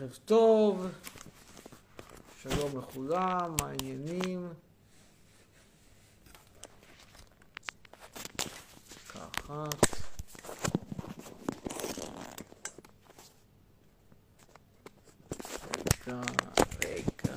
ערב טוב, שלום לכולם, מה העניינים? ככה. רגע.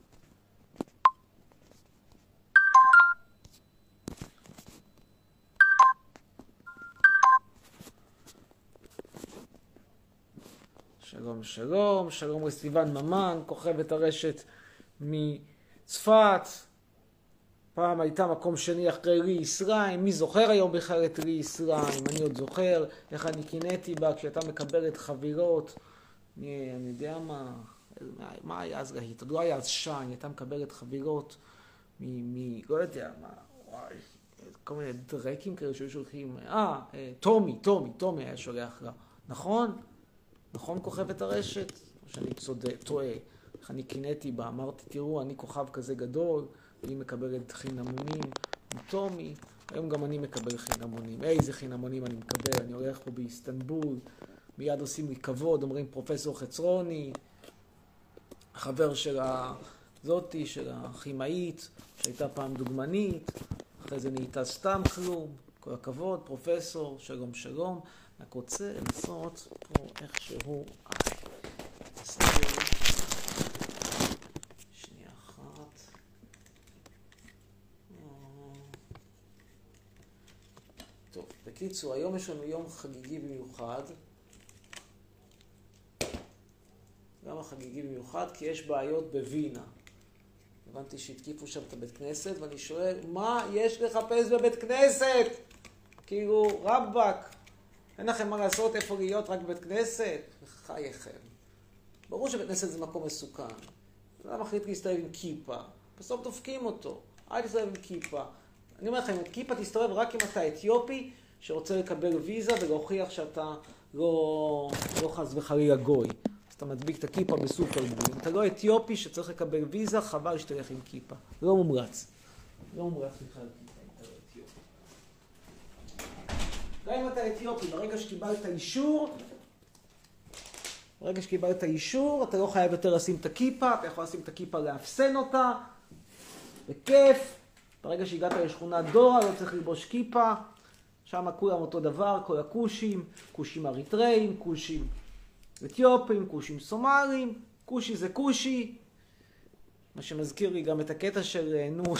שלום לסיוון ממן, כוכבת הרשת מצפת. פעם הייתה מקום שני אחרי לי ישראל. מי זוכר היום בכלל את לי ישראל? אני עוד זוכר איך אני קינאתי בה כשאתה מקבלת חבילות. אני יודע מה היה אז להיט, עוד לא היה אז שן, הייתה מקבלת חבילות לא יודע מה, וואי, כל מיני דרקים כאלה שהיו שולחים, תומי היה שולח לה, נכון? נכון כוכבת הרשת? או שאני טועה, איך אני קינאתי בה, אמרתי תראו אני כוכב כזה גדול, אני מקבלת חינמונים מטומי, היום גם אני מקבל חינמונים, איזה חינמונים אני מקבל, אני הולך פה באיסטנבול, מיד עושים לי כבוד, אומרים פרופסור חצרוני, חבר של זאתי, של הכימאית, שהייתה פעם דוגמנית, אחרי זה נהייתה סתם כלום, כל הכבוד, פרופסור, שלום. רק רוצה לנסות פה איכשהו, שנייה אחת. טוב, בקיצור, היום יש לנו יום חגיגי במיוחד. גם החגיגי במיוחד, כי יש בעיות בווינה. הבנתי שהתקיפו שם את הבית כנסת, ואני שואל, מה יש לחפש בבית כנסת? כאילו, רבק, אין לכם מה לעשות, איפה להיות, רק בבית כנסת? חייכם. ברור שבית כנסת זה מקום מסוכן. אדם מחליט להסתובב עם כיפה, בסוף דופקים אותו. אל תסתובב עם כיפה. אני אומר לכם, עם כיפה תסתובב רק אם אתה אתיופי, שרוצה לקבל ויזה ולהוכיח שאתה לא חס וחלילה גוי. אז אתה מדביק את הכיפה בסופרבול. אם אתה לא אתיופי שצריך לקבל ויזה, חבל שתלך עם כיפה. לא מומלץ. לא מומלץ בכלל כיפה אם אתה לא אתיופי. גם אם אתה אתיופי, ברגע שקיבלת אישור, אתה לא חייב יותר לשים את הכיפה, אתה יכול לשים את הכיפה לאפסן אותה, בכיף. ברגע שהגעת לשכונת דורה, לא צריך ללבוש כיפה. שם כולם אותו דבר, כל כושים אריתראים, כושים אתיופים, כושים סומלים, כושי זה כושי. מה שמזכיר לי גם את הקטע של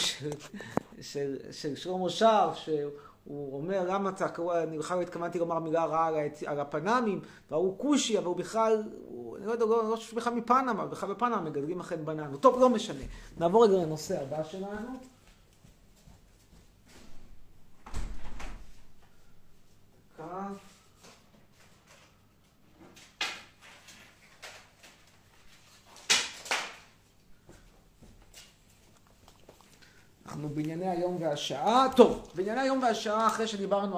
שלמה שר, שהוא אומר, למה אתה, אני בכלל התכוונתי לומר מילה רעה על הפנמים, והוא כושי, אבל הוא בכלל, אני לא יודע, לא חושב בכלל מפנמה, בכלל בפנמה מגדלים אכן בננות. טוב, לא משנה. נעבור רגע לנושא הבא שלנו. כאן. אנחנו בענייני היום והשעה. טוב, בענייני היום והשעה, אחרי שדיברנו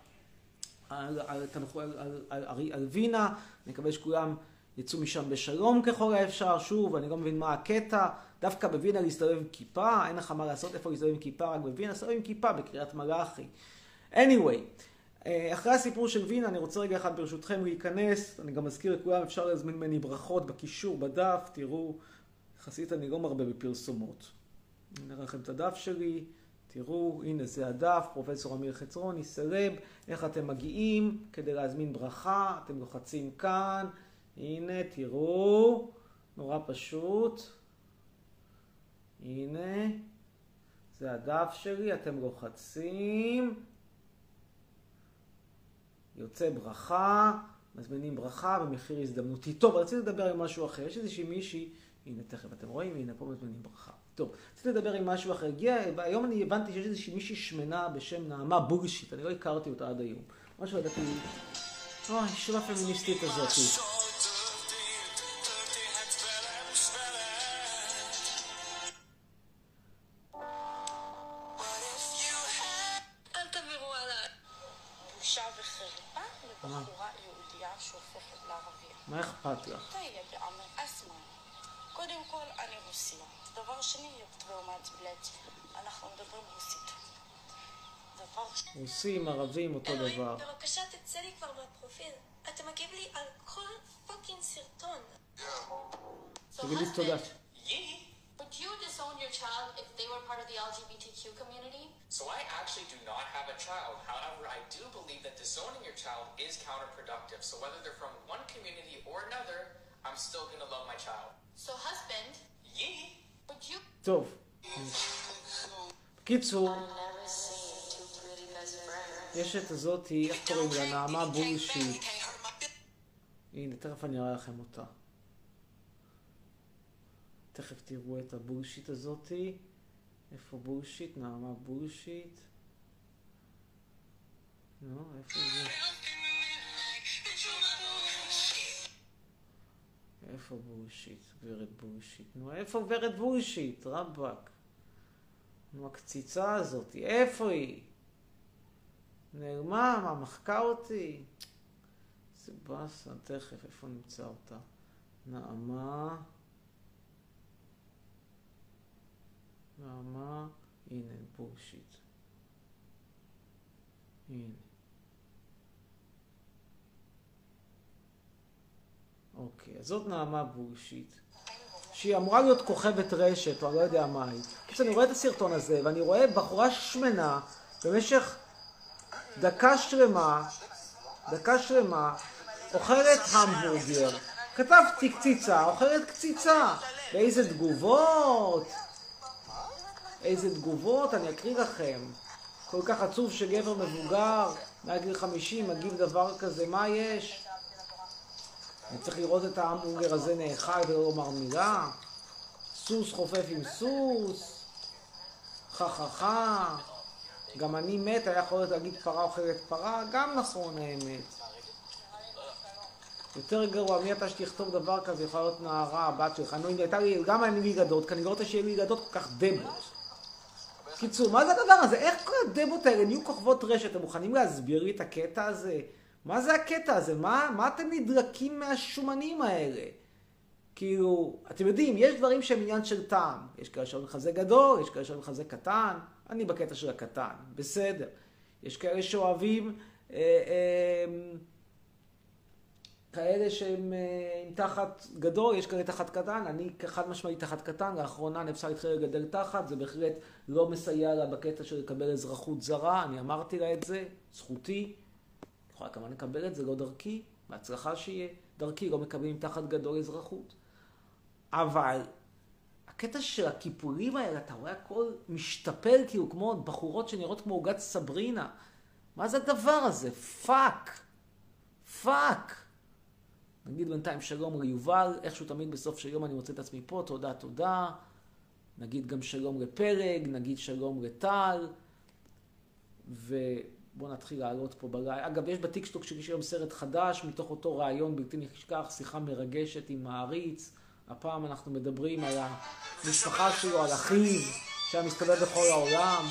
על וינה, אני מקווה שכולם יצאו משם בשלום ככל האפשר. שוב, אני לא מבין מה הקטע. דווקא בווינה להסתובב עם כיפה, אין לך מה לעשות איפה להסתובב עם כיפה, רק בווינה, להסתובב עם כיפה בקריית מלאכי. anyway, אחרי הסיפור של וינה, אני רוצה רגע אחד ברשותכם להיכנס. אני גם מזכיר לכולם, אפשר להזמין ממני ברכות בקישור בדף. תראו, יחסית אני לא מרבה בפרסומות. אני נראה לכם את הדף שלי, תראו, הנה זה הדף, פרופסור אמיר חצרוני, סלב, איך אתם מגיעים כדי להזמין ברכה, אתם לוחצים כאן, הנה, תראו, נורא פשוט, הנה, זה הדף שלי, אתם לוחצים, יוצא ברכה, מזמינים ברכה במחיר הזדמנותי. טוב, רציתי לדבר עם משהו אחר, יש איזושהי מישהי, הנה תכף אתם רואים, הנה פה מזמינים ברכה. טוב, רציתי לדבר עם משהו אחר. היום אני הבנתי שיש איזושהי מישהי שמנה בשם נעמה בולשיט, אני לא הכרתי אותה עד היום. משהו ידעתי, שוב הפמיניסטית הזאת. אל תבירו עליי. בושה וחרפה לבחורה יהודיה שהופכת לערבייה. מה אכפת לך? תהיה בעמר אסמן. קודם כל, אני רוסיה. דבר שני, יופטרומט בלט, אנחנו מדברים רוסית. רוסים, ערבים, אותו דבר. בבקשה, תצא לי כבר מהפרופיל. אתה מגיב לי על כל פאקינג סרטון. תגידי תודה. Would you disown your child if they were part of the LGBTQ community? So I actually do not have a child. However, I do believe that disowning your child is counterproductive. So whether they're from one community or another, I'm still going to love my child. So husband, would you... טוב. בקיצור, I've never seen two pretty best friends. יש את הזאת, איך קוראים לה? נעמה בולשיט. הנה, תכף אני אראה לכם אותה. תכף תראו את הבולשיט הזאת. איפה בולשיט? נעמה בולשיט. נו, איפה זה? איפה בולשיט? גברת בולשיט. נו, איפה גברת בולשיט? רבק. נו, הקציצה הזאת. איפה היא? נעלמה? מה, מחקה אותי? זה בסה, תכף, איפה נמצא אותה? נעמה. נעמה. הנה, בולשיט. הנה. אוקיי, אז זאת נעמה בולשיט. שהיא אמורה להיות כוכבת רשת, או אני לא יודע מה היא. כשאני רואה את הסרטון הזה, ואני רואה בחורה שמנה, במשך דקה שלמה, אוכלת המבורגר. כתבתי קציצה, אוכלת קציצה. ואיזה תגובות. איזה תגובות, אני אקריא לכם. כל כך עצוב שגבר מבוגר, מעל גיל 50, מגיב דבר כזה, מה יש? אני צריך לראות את ההמבורגר הזה נאכל ולא לומר מילה. סוס חופף עם סוס. חככה. גם אני מת, היה יכול להגיד פרה אוכלת פרה, גם נכון האמת. יותר גרוע, מי אתה שתכתוב דבר כזה, יכולה להיות נערה, הבת שלך. נו, אם הייתה לי, גם אני ילדות, כי אני לא רוצה שיהיה לי ילדות כל כך דמות. קיצור, מה זה הדבר הזה? איך כל הדמות האלה נהיו כוכבות רשת? אתם מוכנים להסביר לי את הקטע הזה? מה זה הקטע הזה? מה אתם נדרקים מהשומנים האלה? כאילו, אתם יודעים, יש דברים שהם עניין של טעם. יש כאלה שאומרים לך זה גדול, יש כאלה שאומרים לך זה קטן. אני בקטע של הקטן, בסדר. יש כאלה שאוהבים, כאלה שהם עם תחת גדול, יש כאלה תחת קטן. אני חד משמעית תחת קטן, לאחרונה נפסה להתחיל לגדל תחת, זה בהחלט לא מסייע לה בקטע של לקבל אזרחות זרה. אני אמרתי לה את זה, זכותי. יכולה כמובן לקבל את זה, לא דרכי, בהצלחה שיהיה. דרכי לא מקבלים תחת גדול אזרחות. אבל הקטע של הכיפורים האלה, אתה רואה הכל משתפל כאילו כמו בחורות שנראות כמו עוגת סברינה. מה זה הדבר הזה? פאק. נגיד בינתיים שלום ליובל, איכשהו תמיד בסוף של יום אני מוצא את עצמי פה, תודה. נגיד גם שלום לפרג, נגיד שלום לטל, ובואו נתחיל לעלות פה בלילה. אגב, יש בטיקטוק שלי היום סרט חדש, מתוך אותו רעיון בלתי נשכח, שיחה מרגשת עם מעריץ. הפעם אנחנו מדברים על המשפחה שלו, על אחיו, שהיה מסתובב בכל העולם.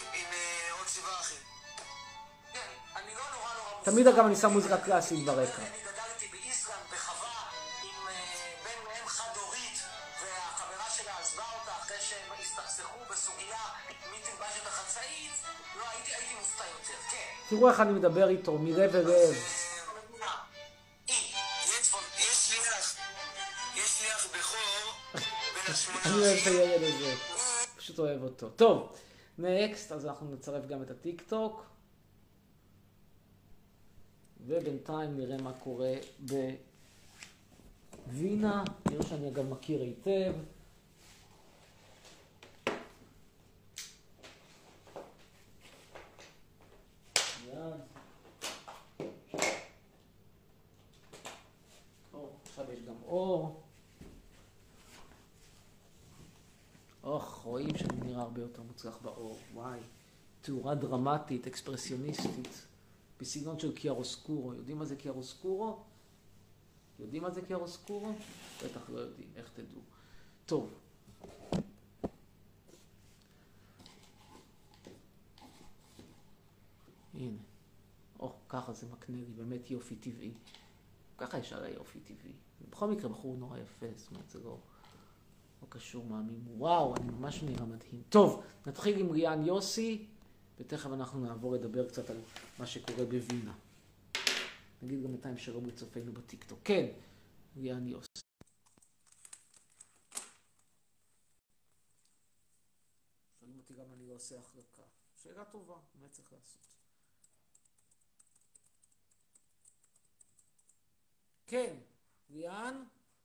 תמיד אגב אני שם מוזיקה קלאסית ברקע. אני גדלתי באיסלנד, בחווה, עם בן מהם חד-הורית, והחברה שלה עזבה אותה אחרי שהם הסתכסכו בסוגיה מי תלבש את החצאית. לא, הייתי מופתע יותר, כן. תראו איך אני מדבר איתו, מלב ולב. יש לי אח בכור בין השמונה. אני אוהב את הילד הזה, פשוט אוהב אותו. טוב, נקסט, אז אנחנו נצרף גם את הטיק-טוק. ובינתיים נראה מה קורה בווינה, עיר שאני אגב מכיר היטב. עכשיו יש גם אור. רואים שאני נראה הרבה יותר מוצלח באור. וואי, תאורה דרמטית, אקספרסיוניסטית. בסגנון של קיארוסקורו. יודעים מה זה קיארוסקורו? בטח לא יודעים, איך תדעו. טוב. הנה. ככה זה מקנה לי, באמת יופי טבעי. ככה יש הרי יופי טבעי. בכל מקרה, בחור נורא יפה, זאת אומרת, זה לא קשור מאמין. וואו, אני ממש נראה מדהים. טוב, נתחיל עם ריאן יוסי. ותכף אנחנו נעבור לדבר קצת על מה שקורה בווינה. נגיד גם בינתיים שרוב לצופינו בטיקטוק. כן, ליאן יוס. שואלים אותי גם אני לא עושה החלקה. שאלה טובה, מה צריך לעשות? כן, ליאן?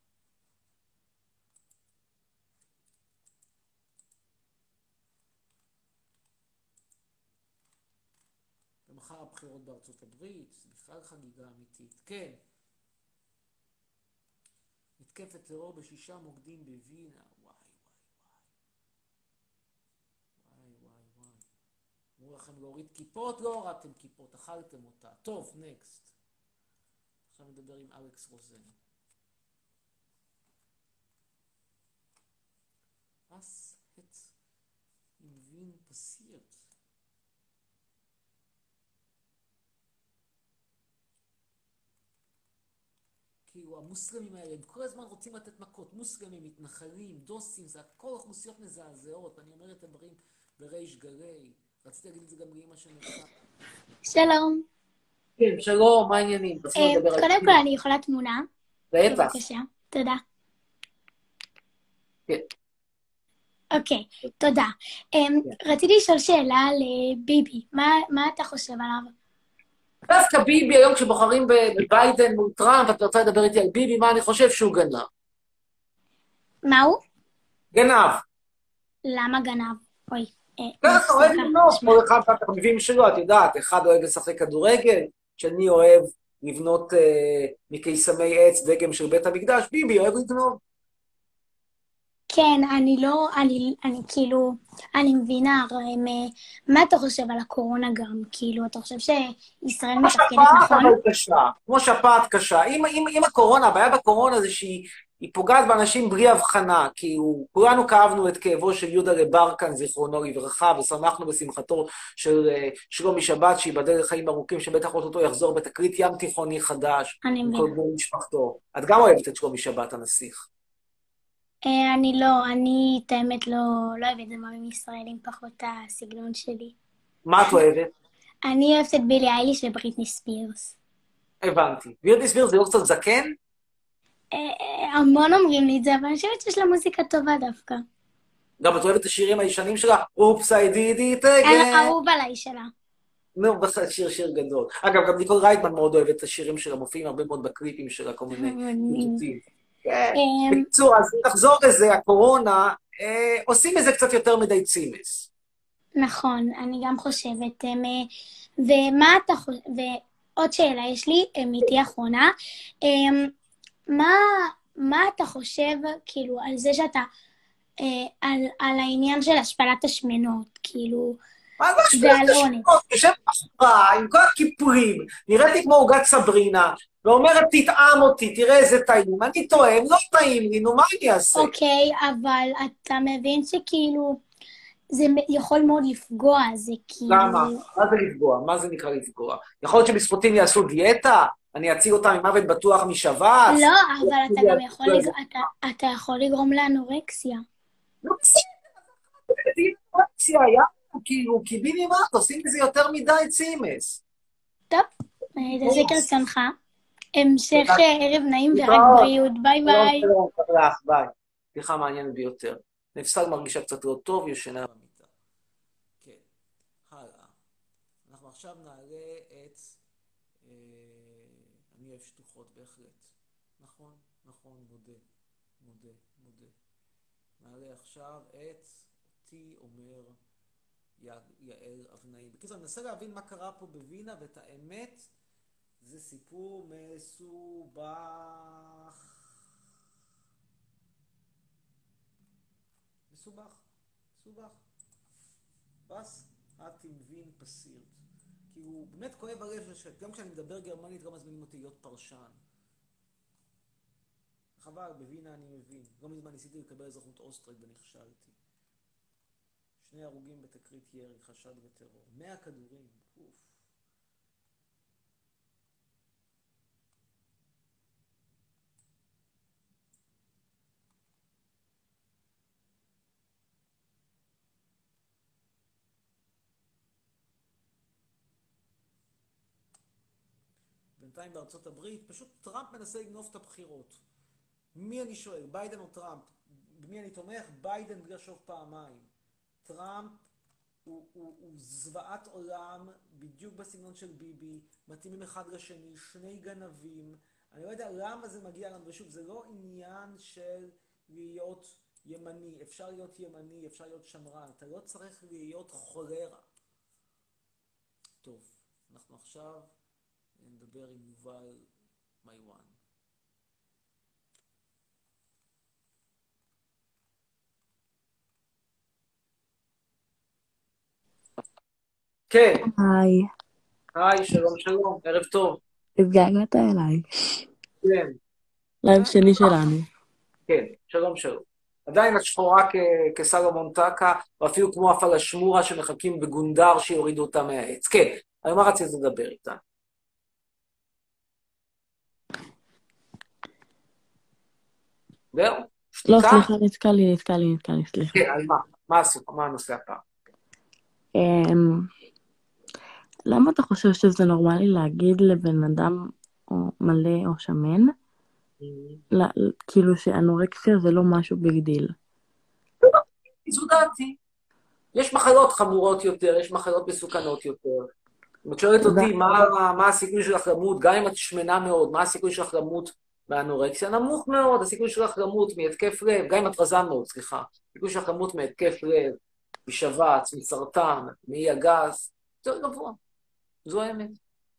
ומחר הבחירות בארצות הברית, זה בכלל חגיגה אמיתית. כן. מתקפת טרור ב6 מוקדים בווינה. וואי, וואי, וואי. וואי, וואי, וואי. אמרו לכם להוריד כיפות? לא הורדתם כיפות, אכלתם אותה. טוב, נקסט. עכשיו נדבר עם אלכס רוזן. Was hat in Wien passiert? כאילו המוסלמים האלה, הם כל הזמן רוצים לתת מכות, מוסלמים, מתנחלים, דוסים, זה הכל אוכלוסיות מזעזעות, אני אומר את הדברים בריש גלי, רציתי להגיד את זה גם לאמא שנרצה. שלום. כן, שלום, מה העניינים? קודם כל אני יכולה תמונה? בטח. בבקשה, תודה. כן. אוקיי, תודה. רציתי לשאול שאלה על ביבי, מה אתה חושב עליו? דווקא ביבי, היום כשבוחרים בביידן מול טראמפ, את רוצה לדבר איתי על ביבי, מה אני חושב שהוא גנב? מה הוא? גנב. למה גנב? אוי. ככה, אוהב לבנות, כל אחד מהתחביבים שלו, את יודעת, אחד אוהב לשחק כדורגל, שאני אוהב לבנות מקיסמי עץ דגם של בית המקדש, ביבי אוהב לגנוב. כן, אני מבינה, מה אתה חושב על הקורונה גם? כאילו, אתה חושב שישראל מתפקדת נכון? כמו שפעת קשה. אם הקורונה, הבעיה בקורונה זה שהיא פוגעת באנשים בלי הבחנה, כי כולנו כאבנו את כאבו של יהודה לברקן, זיכרונו לברכה, ושמחנו בשמחתו של שלומי שבת, שיבדל לחיים ארוכים, שבטח אותו יחזור בתקרית ים תיכוני חדש, עם כל בני משפחתו. את גם אוהבת את שלומי שבת הנסיך. אני את האמת לא אוהבת דברים ישראלים, פחות הסגנון שלי. מה את אוהבת? אני אוהבת את בילי אייליש ובריטני ספירס. הבנתי. בריטני ספירס זה לא קצת זקן? המון אומרים לי את זה, אבל אני חושבת שיש לה מוזיקה טובה דווקא. גם את אוהבת את השירים הישנים שלה? אופס, I did it again. אהוב עליי שלה. נו, שיר גדול. אגב, גם ניקול רייטמן מאוד אוהבת את השירים שלה, מופיעים הרבה מאוד בקליפים שלה, כל מיני פיצוצים. בקיצור, אז נחזור לזה, הקורונה, עושים איזה קצת יותר מדי צימס. נכון, אני גם חושבת. ומה אתה חושב, ועוד שאלה יש לי, איתי אחרונה, מה אתה חושב, כאילו, על זה שאתה, על העניין של השפלת השמנות, כאילו, ועל אונס. יושב בחורה עם כל הכיפורים, נראיתי כמו עוגת סברינה, ואומרת, תטעם אותי, תראה איזה טעים. אני טועם, לא טעים לי, נו, מה אני אעשה? אוקיי, אבל אתה מבין שכאילו, זה יכול מאוד לפגוע, זה כאילו... למה? מה זה לפגוע? מה זה נקרא לפגוע? יכול להיות שבספוטים יעשו דיאטה? אני אציג אותם עם מוות בטוח משבץ? לא, אבל אתה גם יכול לגרום לאנורקסיה. לא בסדר, אנורקסיה, כאילו, קיבינימט, עושים לזה יותר מדי צימס. טוב, זה כרצונך. המשך ערב נעים ורק בריאות, ביי ביי. ביי. סליחה, מעניינת ביותר. נפסק מרגישה קצת לא טוב, ישנה במיטה. כן, הלאה. אנחנו עכשיו נעלה את... אני אוהב שטוחות בהחלט. נכון, מודה. נעלה עכשיו את אותי אומר יעל אבנאים. בקיצור, אני מנסה להבין מה קרה פה בווינה, ואת האמת, זה סיפור מסובך. פס, את עם וין פסירט. כאילו, באמת כואב הלב, גם כשאני מדבר גרמנית, לא מזמינים אותי להיות פרשן. חבל, בווינה אני מבין. לא מזמן ניסיתי לקבל אזרחות אוסטרית ונכשלתי. 2 הרוגים בתקרית ירי, חשד בטרור. 100 כדורים, אוף. בינתיים בארצות הברית, פשוט טראמפ מנסה לגנוב את הבחירות. מי אני שואל, ביידן או טראמפ? במי אני תומך? ביידן בגלל שוב פעמיים. טראמפ הוא זוועת עולם, בדיוק בסגנון של ביבי, מתאימים אחד לשני, שני גנבים. אני לא יודע למה זה מגיע לנו, ושוב, זה לא עניין של להיות ימני. אפשר להיות ימני, אפשר להיות שמרן. אתה לא צריך להיות חולרה. טוב, אנחנו עכשיו נדבר עם יובל מיואן. כן. היי, היי, שלום שלום, ערב טוב. התגעגעת אליי. כן, לייב שני שלנו. כן, שלום שלום. עדיין את שחורה כסלומון טקה, ואפילו כמו הפלשמורה שמחכים בגונדר שיורידו אותה מהעץ. כן, אבל מה רציתי לדבר איתה? זהו? לא, שתיקה? סליחה, נתקע לי, סליחה. כן, על מה? מה עשו? מה הנושא הפעם? אמ, למה אתה חושב שזה נורמלי להגיד לבן אדם או מלא או שמן, כאילו שאנורקסיה זה לא משהו ביג דיל? זו דעתי. יש מחלות חמורות יותר, יש מחלות מסוכנות יותר. אם את שואלת אותי מה הסיכוי שלך למות, גם אם את שמנה מאוד, מה הסיכוי שלך למות באנורקסיה? נמוך מאוד, הסיכוי שלך למות מהתקף לב, גם אם את רזה מאוד, סליחה. הסיכוי שלך למות מהתקף לב, משבץ, מסרטן, מאי הגס, יותר גבוה. זו האמת.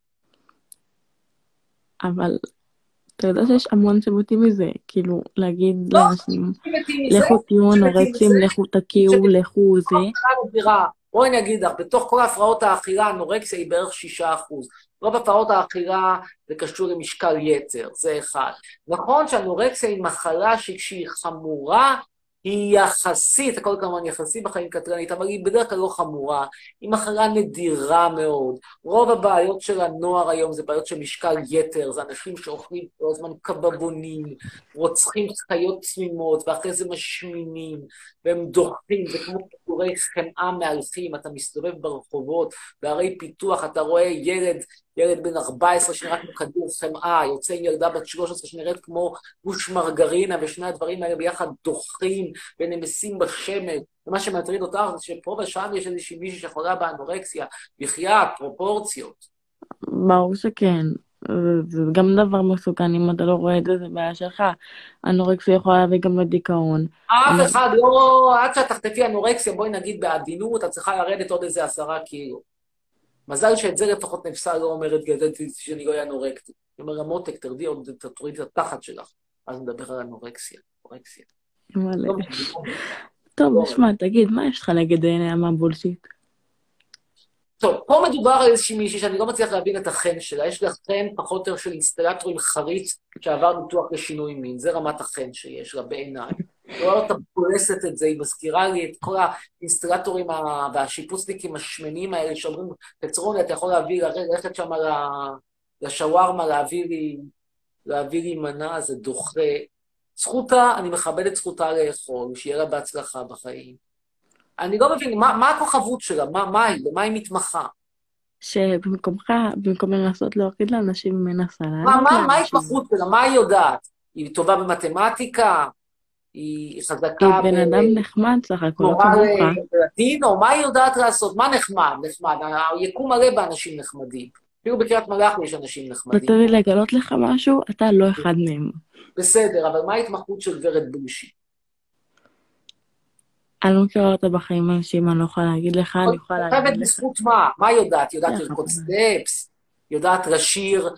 אבל אתה יודע שיש המון שמתים מזה, כאילו להגיד לא, לאנשים, שמתים מזה, לכו תהיו אנורקסים, מזה, לכו תקיעו, לכו זה. בואי אני אגיד לך, בתוך כל הפרעות האכילה, אנורקסיה היא בערך 6%. רוב הפרעות האכילה זה קשור למשקל יתר, זה אחד. נכון שאנורקסיה היא מחלה שהיא חמורה, היא יחסית, הכל כמובן יחסי בחיים קטרנית, אבל היא בדרך כלל לא חמורה, היא מחלה נדירה מאוד. רוב הבעיות של הנוער היום זה בעיות של משקל יתר, זה אנשים שאוכלים כל הזמן קבבונים, רוצחים חיות תמימות, ואחרי זה משמינים, והם דוחים, זה כמו כדורי חמאה מהלכים, אתה מסתובב ברחובות, בערי פיתוח, אתה רואה ילד בן 14 שנראית כמו כדור חמאה, יוצא עם ילדה בת 13 שנראית כמו גוש מרגרינה, ושני הדברים האלה ביחד דוחים ונמסים בשמש. ומה שמטריד אותך זה שפה ושם יש איזושהי מישהי שיכולה באנורקסיה, בחייאת, פרופורציות. ברור שכן. זה גם דבר מסוכן, אם אתה לא רואה את זה, זה בעיה שלך. אנורקסיה יכולה להביא גם לדיכאון. אף אחד לא, עד שאת תחטפי אנורקסיה, בואי נגיד בעדינות, את צריכה לרדת עוד איזה 10 קילו. מזל שאת זה לפחות נפסה לא אומרת גדלתי שאני לא אנורקטי. היא אומרת, מותק, תרדי עוד, תורידי את התחת שלך. אז נדבר על אנורקסיה. טוב, נשמע, תגיד, מה יש לך נגד נעמה בולשיט? טוב, פה מדובר על איזושהי מישהי שאני לא מצליח להבין את החן שלה. יש לה חן פחות או יותר של אינסטלטור עם חריץ שעבר ניתוח לשינוי מין. זה רמת החן שיש לה בעיניי. לא אתה פולסת את זה, היא מזכירה לי את כל האינסטלטורים והשיפוצניקים השמנים האלה שאומרים, תצרוני, אתה יכול ללכת שם לשווארמה, להביא לי מנה, זה דוחה. זכותה, אני מכבד את זכותה לאכול, שיהיה לה בהצלחה בחיים. אני לא מבין, מה הכוכבות שלה? מה היא? במה היא מתמחה? שבמקום לנסות להוריד לאנשים ממנה סלט. מה ההתמחות שלה? מה היא יודעת? היא טובה במתמטיקה? היא חזקה... היא בן אדם נחמד, סך הכל, לא כמוך. לטינו, מה היא יודעת לעשות? מה נחמד? היקום מלא באנשים נחמדים. אפילו בקריית מלאכי יש אנשים נחמדים. נתן לי לגלות לך משהו, אתה לא אחד מהם. בסדר, אבל מה ההתמחות של גברת בושי? אני לא מכירה אותה בחיים האישיים, אני לא יכולה להגיד לך, אני יכולה להגיד לך. חייבת בזכות מה? מה היא יודעת? היא יודעת לרקוד סטפס? היא יודעת לשיר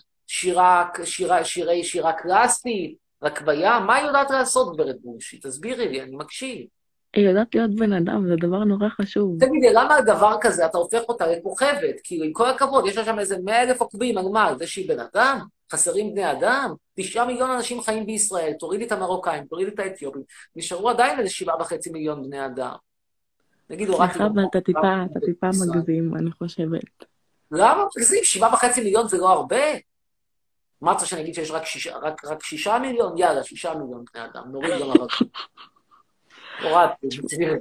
שירה קלאסית? רק בים? מה היא יודעת לעשות, גברת בושי? תסבירי לי, אני מקשיב. היא יודעת להיות בן אדם, זה דבר נורא חשוב. תגידי, למה הדבר כזה, אתה הופך אותה לכוכבת? כאילו, עם כל הכבוד, יש לה שם איזה 100,000 עוקבים, על מה? זה שהיא בן אדם? חסרים בני אדם? 9 מיליון אנשים חיים בישראל, תורידי את המרוקאים, תורידי את האתיופים, נשארו עדיין איזה 7.5 מיליון בני אדם. נגיד, סליחה, אבל אתה טיפה מגזים, אני חושבת. למה מגזים? 7.5 מיליון זה לא הרבה? מה צריך שאני אגיד שיש רק 6 מיליון? יאללה, 6 מיליון בני אדם, נוריד גם הרב. הורדתי, תסביר.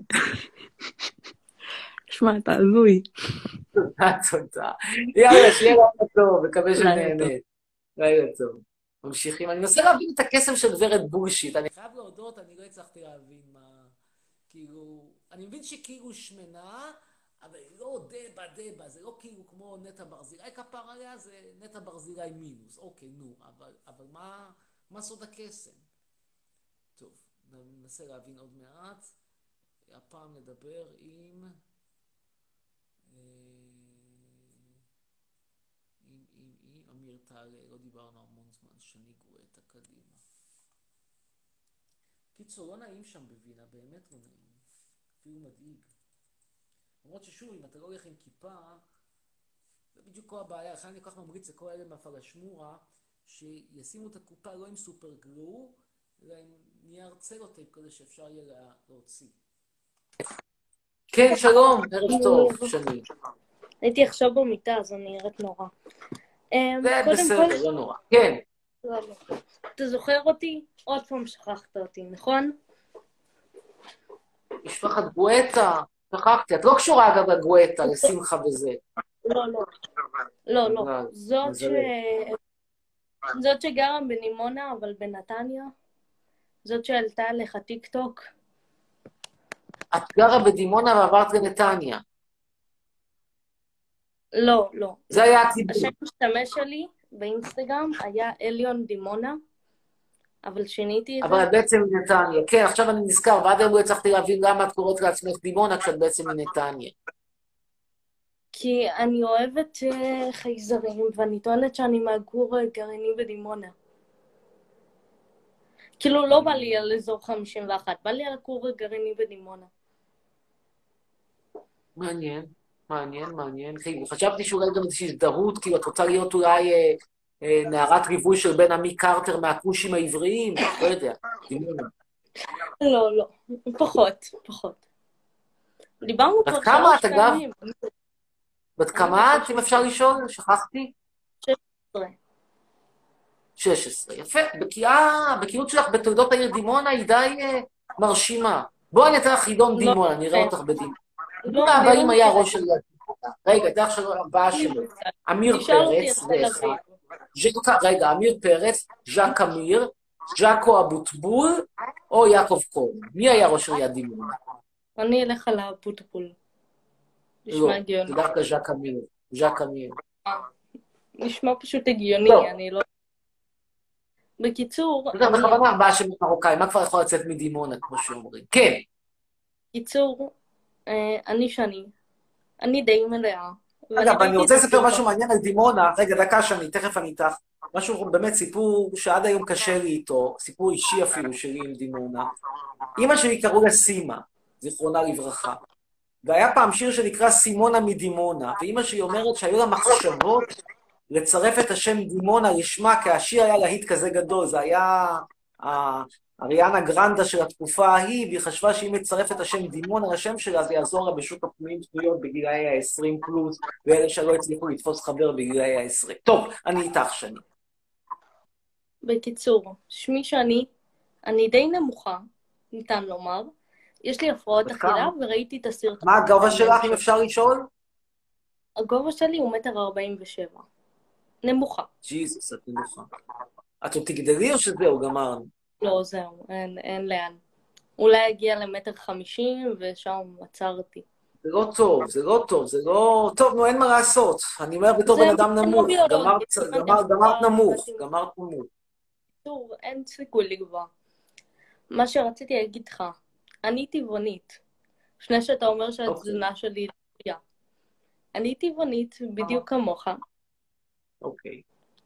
שמע, אתה הזוי. תודה. יאללה, שיהיה לך טוב, מקווה שנהנית. לילה טוב. ממשיכים. אני מנסה להבין את הקסם של גברת בולשיט. אני חייב להודות, אני לא הצלחתי להבין מה... כאילו... אני מבין שכאילו שמנה, אבל לא דבה, זה לא כאילו כמו נטע ברזילי כפר עליה, זה נטע ברזילי מינוס. אוקיי, נו, אבל מה סוד הקסם? טוב, ננסה להבין עוד מעט. הפעם נדבר עם אמיר תעלה, לא דיברנו המון זמן, שני גואטה קדימה. קיצור, לא נעים שם בווינה, באמת לא נעים. אפילו מדאיג. למרות ששוב, אם אתה לא הולך עם כיפה, זה בדיוק כל הבעיה. לכן אני כל כך ממריץ לכל אלה מהפלשמורה, שישימו את הקופה לא עם סופר גלו, אלא עם נייר צלוטייפ כזה שאפשר יהיה להוציא. כן, שלום, ערב טוב, שני. הייתי עכשיו במיטה, אז אני נראית נורא. זה בסדר, לא נורא. כן. אתה זוכר אותי? עוד פעם שכחת אותי, נכון? משפחת גואטה, שכחתי. את לא קשורה אגב לגואטה, לשמחה וזה. לא. זאת שגרה בנימונה, אבל בנתניה. זאת שעלתה עליך טיק טוק. את גרה בדימונה ועברת לנתניה. לא. זה היה הציבור. השם משתמש שלי באינסטגרם היה אליון דימונה, אבל שיניתי את זה. אבל את בעצם מנתניה. כן, עכשיו אני נזכר, ועד היום לא הצלחתי להבין למה את קוראת לעצמך דימונה כשאת בעצם מנתניה. כי אני אוהבת חייזרים, ואני טוענת שאני מהגור גרעיני בדימונה. כאילו לא בא לי על אזור 51, בא לי על הכור גרעיני בדימונה. מעניין. חשבתי שאולי גם איזושהי הזדהות, כאילו את רוצה להיות אולי נערת ריווי של בן עמי קרטר מהכושים העבריים, לא יודע, דימונה. לא, פחות. דיברנו כבר 3 פעמים. בת כמה את, אם אפשר לשאול? שכחתי? 16. 16, יפה. בקיאות שלך בתולדות העיר דימונה היא די מרשימה. בואי אני אתן לך חידון דימונה, נראה אותך בדימונה. דימונה הבאים היה ראש של דימונה. רגע, דרך של הבאה שלו. אמיר פרץ, רגע, אמיר פרץ, ז'ק אמיר, ז'קו אבוטבול, או יעקב קורן. מי היה ראש עיריית דימונה? אני אלך על האבוטבול. נשמע הגיוני. זה דווקא ז'ק אמיר. נשמע פשוט הגיוני, אני לא... בקיצור... זה בכוונה 4 שמות מרוקאים, מה כבר יכול לצאת מדימונה, כמו שאומרים? כן. בקיצור, אני די מלאה. אגב, אני רוצה לספר משהו מעניין על דימונה, רגע, דקה שני, תכף אני איתך. משהו באמת סיפור שעד היום קשה לי איתו, סיפור אישי אפילו שלי עם דימונה. אמא שלי קראו לה סימה, זיכרונה לברכה. והיה פעם שיר שנקרא סימונה מדימונה, ואמא שלי אומרת שהיו לה מחשבות לצרף את השם דימונה לשמה, כי השיר היה להיט כזה גדול, זה היה אריאנה גרנדה של התקופה ההיא, והיא חשבה שאם יצרף את השם דימונה לשם שלה, זה יעזור לה בשוק הפנויים תנויות בגילאי ה-20 פלוס, ואלה שלא הצליחו לתפוס חבר בגילאי ה-20. טוב, אני איתך שני. בקיצור, שמי שני, אני די נמוכה, ניתן לומר. יש לי הפרעות אכילה וראיתי את הסרטון. מה הגובה שלך, אם אפשר לשאול? הגובה שלי הוא 1.47 מטר. נמוכה. ג'יזוס, את נמוכה. את עוד תגדלי או שזהו, גמרנו? לא, זהו, אין לאן. אולי הגיע ל1.50 מטר ושם עצרתי. זה לא טוב, זה לא... טוב, נו, אין מה לעשות. אני אומר בתור בן אדם נמוך. גמרת נמוך. טוב, אין סיכוי לגבוה. מה שרציתי להגיד לך, אני טבעונית. לפני שאתה אומר שהתזונה שלי לא. אני טבעונית בדיוק כמוך. אוקיי.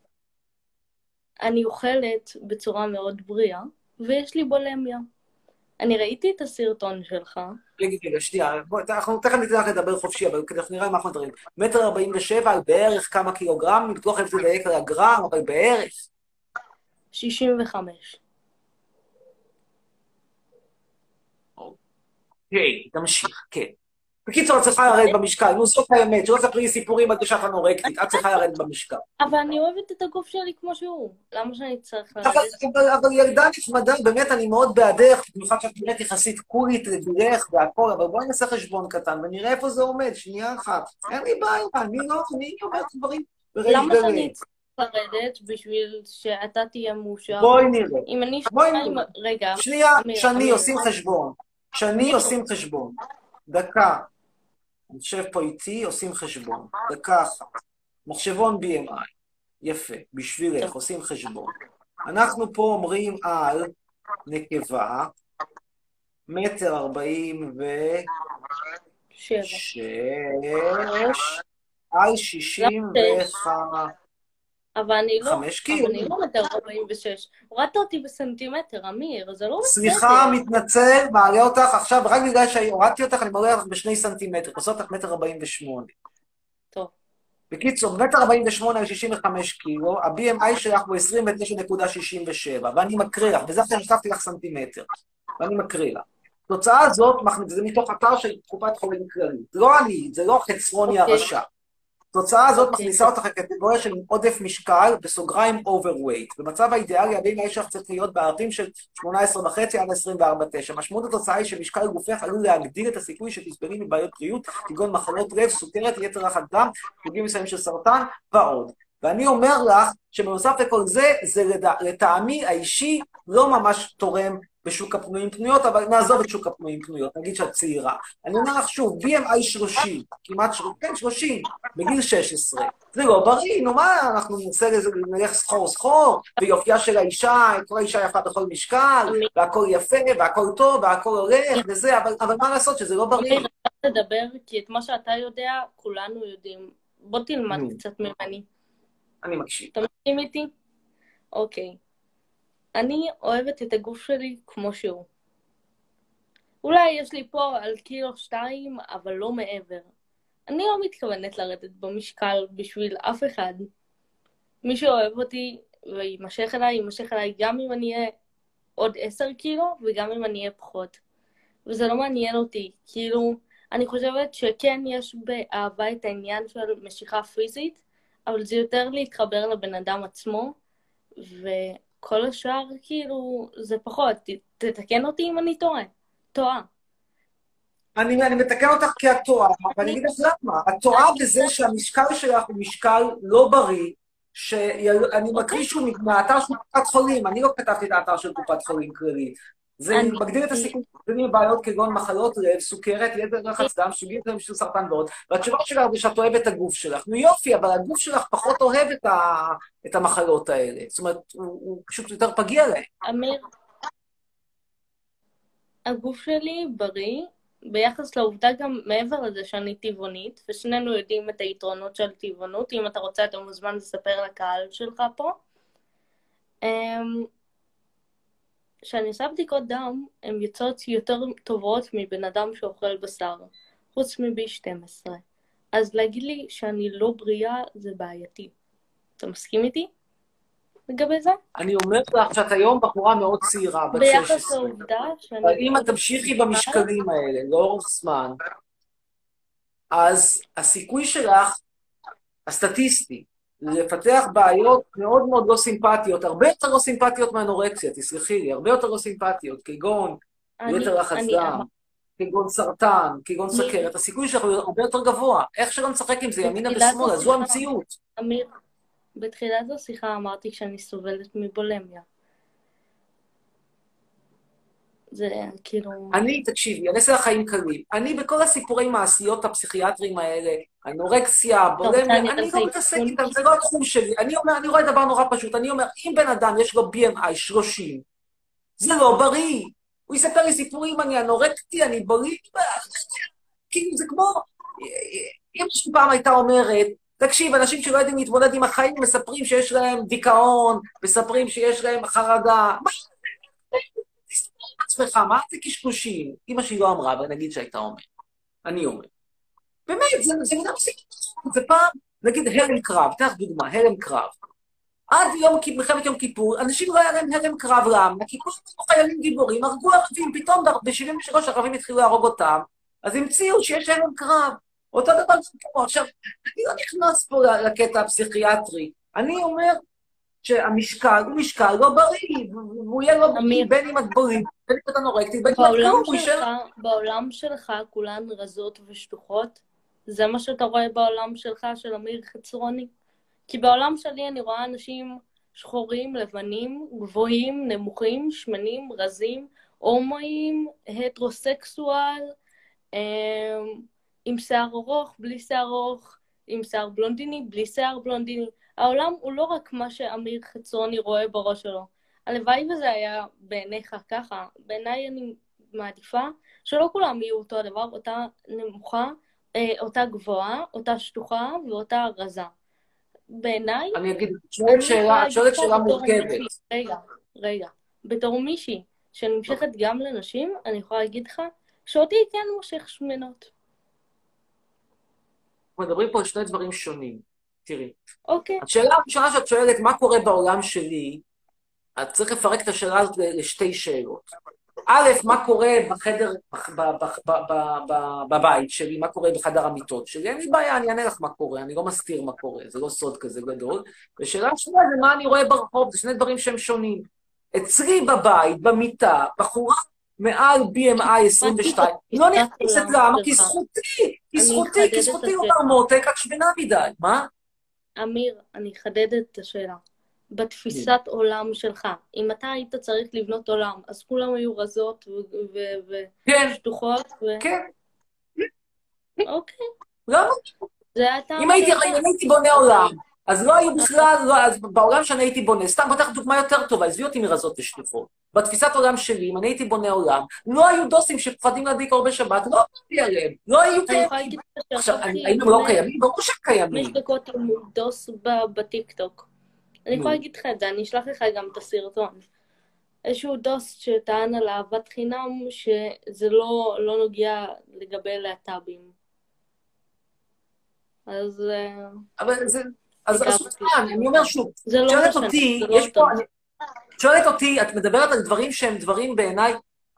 אני אוכלת בצורה מאוד בריאה, ויש לי בולמיה. אני ראיתי את הסרטון שלך. רגע, שנייה, אנחנו תכף ניתן לך לדבר חופשי, אבל כדי אנחנו נראה מה אנחנו מדברים. 1.47 מטר, בערך כמה קילוגרם, מתוך איפה זה לדייק על הגרם, אבל בערך. 65. אוקיי, תמשיך, כן. בקיצור, את צריכה לרדת במשקל, נו, זאת האמת, שלא תספרי סיפורים על תשעה אנורקטית, את צריכה לרדת במשקל. אבל אני אוהבת את הגוף שלי כמו שהוא, למה שאני צריך לרדת? אבל ילדה נחמדה, באמת, אני מאוד בעדך, במיוחד שאת נראית יחסית קולית לבילך והכל, אבל בואי נעשה חשבון קטן, ונראה איפה זה עומד, שנייה אחת. אין לי בעיה, אני אומרת דברים בריש גלי. לרדת בשביל שאתה תהיה מאושר? בואי נראה. אם אני בואי שניים... נראה. רגע, שנייה, אמיר, שני אמיר. עושים חשבון. שני אמיר. עושים חשבון. דקה. נשב פה איתי, עושים חשבון. דקה אחת. מחשבון BMI. יפה. בשבילך, עושים חשבון. אנחנו פה אומרים על נקבה, 1.46 על 65 אבל אני לא קילו. 1.46 מטר. הורדת אותי בסנטימטר, אמיר, זה לא בסדר. סליחה, מתנצל, מעלה אותך עכשיו, רק בגלל שהורדתי אותך, אני מעלה אותך ב2 סנטימטר, עושה אותך 1.48 מטר. טוב. בקיצור, 1.48 מטר על 65 קילו, ה-BMI שלך הוא 29.67, ואני מקריא לך, וזה עכשיו הוספתי לך סנטימטר, ואני מקריא לך. התוצאה הזאת, זה מתוך אתר של קופת חולים כללית. לא אני, זה לא חצרוני הרשע. התוצאה הזאת מכניסה אותך לקטגוריה של עודף משקל, בסוגריים overweight. במצב האידיאלי, ה-BMI שלך צריך להיות בערכים של 18.5 עד 24.9. משמעות התוצאה היא שמשקל גופך עלול להגדיל את הסיכוי שתסבלים מבעיות בריאות, כגון מחלות לב, סוכרת, יתר לחץ דם, סוגים מסוימים של סרטן ועוד. ואני אומר לך שבנוסף לכל זה, זה לטעמי האישי לא ממש תורם בשוק הפנויים פנויות, אבל נעזוב את שוק הפנויים פנויות, נגיד שאת צעירה. אני אומר לך שוב, BMI 30, כמעט 30, בגיל 16. זה לא בריא, נו מה, אנחנו נלך סחור, ויופייה של האישה, כל האישה יפה בכל משקל, והכל יפה, והכל טוב, והכל הולך, וזה, אבל מה לעשות שזה לא בריא? אמיר, אתה תדבר, כי את מה שאתה יודע, כולנו יודעים. בוא תלמד קצת ממני. אני מקשיב. אתה מסכים איתי? אוקיי. אני אוהבת את הגוף שלי כמו שהוא. אולי יש לי פה על 1-2 קילו, אבל לא מעבר. אני לא מתכוונת לרדת במשקל בשביל אף אחד. מי שאוהב אותי וימשך אליי, ימשך אליי גם אם אני אהיה עוד 10 קילו, וגם אם אני אהיה פחות. וזה לא מעניין אותי. כאילו, אני חושבת שכן יש באהבה את העניין של משיכה פיזית, אבל זה יותר להתחבר לבן אדם עצמו, כל השאר, כאילו, זה פחות. תתקן אותי אם אני טועה. אני מתקן אותך כי את טועה, ואני אגיד לך למה. את טועה בזה שהמשקל שלך הוא משקל לא בריא, שאני מקריא שהוא מהאתר של קופת חולים, אני לא כתבתי את האתר של קופת חולים כללית. זה מגדיל את הסיכוי של בעיות כגון מחלות לב, סוכרת, יתר לחץ דם, סוגים של סרטן ועוד. והתשובה שלך זה שאת אוהבת את הגוף שלך. נו יופי, אבל הגוף שלך פחות אוהב את המחלות האלה. זאת אומרת, הוא פשוט יותר פגיע להם. אמיר, הגוף שלי בריא, ביחס לעובדה גם מעבר לזה שאני טבעונית, ושנינו יודעים את היתרונות של טבעונות. אם אתה רוצה, אתה מוזמן לספר לקהל שלך פה. כשאני עושה בדיקות דם, הן יוצאות יותר טובות מבן אדם שאוכל בשר, חוץ מ-B12. אז להגיד לי שאני לא בריאה זה בעייתי. אתה מסכים איתי לגבי זה? אני אומרת לך שאת היום בחורה מאוד צעירה, בת 16. ביחס לעובדה שאני... אבל אם את תמשיכי במשקלים האלה לאורך זמן, אז הסיכוי שלך, הסטטיסטי, לפתח בעיות מאוד מאוד לא סימפטיות, הרבה יותר לא סימפטיות מאנורקסיה, תסלחי לי, הרבה יותר לא סימפטיות, כגון יתר לחץ דם, כגון סרטן, כגון סכרת, הסיכוי שלך הוא הרבה יותר גבוה. איך שלא נשחק עם זה ימינה ושמאלה, זו המציאות. אמיר, בתחילת השיחה אמרתי שאני סובלת מבולמיה. זה כאילו... תקשיבי, אני אעשה לך חיים קלים. אני בכל הסיפורי מעשיות הפסיכיאטריים האלה, אנורקסיה, בולמיה, אני לא מתעסק איתם, זה לא התחום שלי. אני רואה דבר נורא פשוט, אני אומר, אם בן אדם יש לו BMI 30, זה לא בריא. הוא יספר לי סיפורים, אני אנורקטי, אני בריא, כאילו זה כמו... אם מישהו פעם הייתה אומרת, תקשיב, אנשים שלא יודעים להתמודד עם החיים, מספרים שיש להם דיכאון, מספרים שיש להם חרדה. עצמך, מה זה קשקושים? אמא שלי לא אמרה, אבל נגיד שהייתה אומרת. אני אומר. באמת, זה מידה מספיק. זה פעם, נגיד הלם קרב, תלך דוגמה, הלם קרב. עד מלחמת יום כיפור, אנשים לא היה להם הלם קרב רם, הכיפור היו חיילים גיבורים, הרגו ערבים, פתאום ב-73 ערבים התחילו להרוג אותם, אז המציאו שיש הלם קרב. אותו דבר כמו, עכשיו, אני לא נכנס פה לקטע הפסיכיאטרי, אני אומר שהמשקל הוא משקל לא בריא, והוא יהיה לא בריא בין אם את בריא, בין אם את אנורקטית, בין אם את כלום, הוא יישאר... בעולם שלך כולן רזות ושטוחות? זה מה שאתה רואה בעולם שלך, של אמיר חצרוני? כי בעולם שלי אני רואה אנשים שחורים, לבנים, גבוהים, נמוכים, שמנים, רזים, הומואים, הטרוסקסואל, עם שיער ארוך, בלי שיער ארוך, עם שיער בלונדיני, בלי שיער בלונדיני. העולם הוא לא רק מה שאמיר חצרוני רואה בראש שלו. הלוואי וזה היה בעיניך ככה. בעיניי אני מעדיפה שלא כולם יהיו אותו הדבר, אותה נמוכה, אותה גבוהה, אותה שטוחה ואותה רזה. בעיניי, אני אגיד, את שואלת שאלה מורכבת. רגע. בתור מישהי שנמשכת גם לנשים, אני יכולה להגיד לך שאותי כן מושך שמנות. מדברים פה על שני דברים שונים. תראי. אוקיי. השאלה הראשונה שאת שואלת, מה קורה בעולם שלי, את צריך לפרק את השאלה הזאת לשתי שאלות. א', מה קורה בחדר, בבית שלי, מה קורה בחדר המיטות שלי? אין לי בעיה, אני אענה לך מה קורה, אני לא מסתיר מה קורה, זה לא סוד כזה גדול. ושאלה שנייה זה מה אני רואה ברחוב, זה שני דברים שהם שונים. אצלי בבית, במיטה, בחורה מעל BMI 22, לא נכנסת למה? כי זכותי אותה מותק, את שמנה מדי, מה? אמיר, אני אחדד את השאלה. בתפיסת עולם שלך, אם אתה היית צריך לבנות עולם, אז כולם היו רזות ושטוחות כן. אוקיי. למה? אם הייתי בונה עולם, אז לא היו בכלל, אז בעולם שאני הייתי בונה, סתם פותח דוגמה יותר טובה, עזבי אותי מרזות ושטוחות. בתפיסת עולם שלי, אם אני הייתי בונה עולם, לא היו דוסים שפחדים להדליק אור בשבת, לא אמרתי עליהם, לא היו קיימים. עכשיו, האם הם לא קיימים? ברור שהם קיימים. 5 דקות עם דוס בטיקטוק. אני יכולה להגיד לך את זה, אני אשלח לך גם את הסרטון. איזשהו דוס שטען על אהבת חינם, שזה לא נוגע לגבי להט"בים. אז... אבל זה... אז אני אומר שוב, שואלת אותי, את מדברת על דברים שהם דברים בעיניי,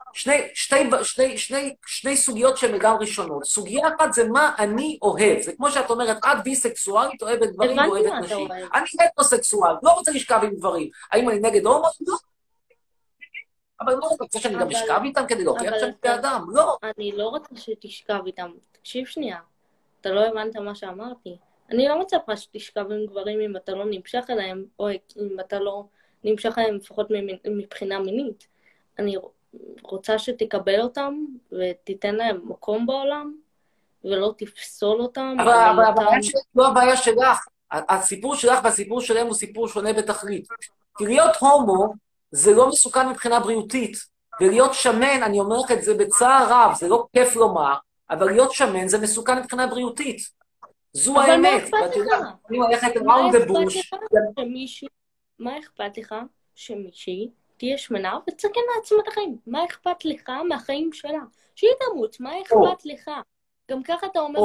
שני סוגיות שהן לגמרי שונות. סוגיה אחת זה מה אני אוהב. זה כמו שאת אומרת, את ביסקסואלית, אוהבת גברים, אוהבת נשים. אני הטרוסקסואל, לא רוצה לשכב עם גברים. האם אני נגד הומו? לא. אבל לא רוצה שאני גם אשכב איתם כדי להוכיח שאני באדם, לא. אני לא רוצה שתשכב איתם. תקשיב שנייה, אתה לא הבנת מה שאמרתי. אני לא מצפה שתשכב עם גברים אם אתה לא נמשך אליהם, או אם אתה לא נמשך אליהם לפחות מבחינה מינית. אני רוצה שתקבל אותם ותיתן להם מקום בעולם, ולא תפסול אותם. אבל הבעיה שלך לא הבעיה שלך. הסיפור שלך והסיפור שלהם הוא סיפור שונה בתכלית. כי להיות הומו זה לא מסוכן מבחינה בריאותית. ולהיות שמן, אני אומר לך את זה בצער רב, זה לא כיף לומר, אבל להיות שמן זה מסוכן מבחינה בריאותית. זו האמת. אני הולכת around the bush. מה אכפת לך שמישהי תהיה שמנה ותסכן לעצמה את החיים? מה אכפת לך מהחיים שלה? שהיא תמות, מה אכפת לך? גם ככה אתה אומר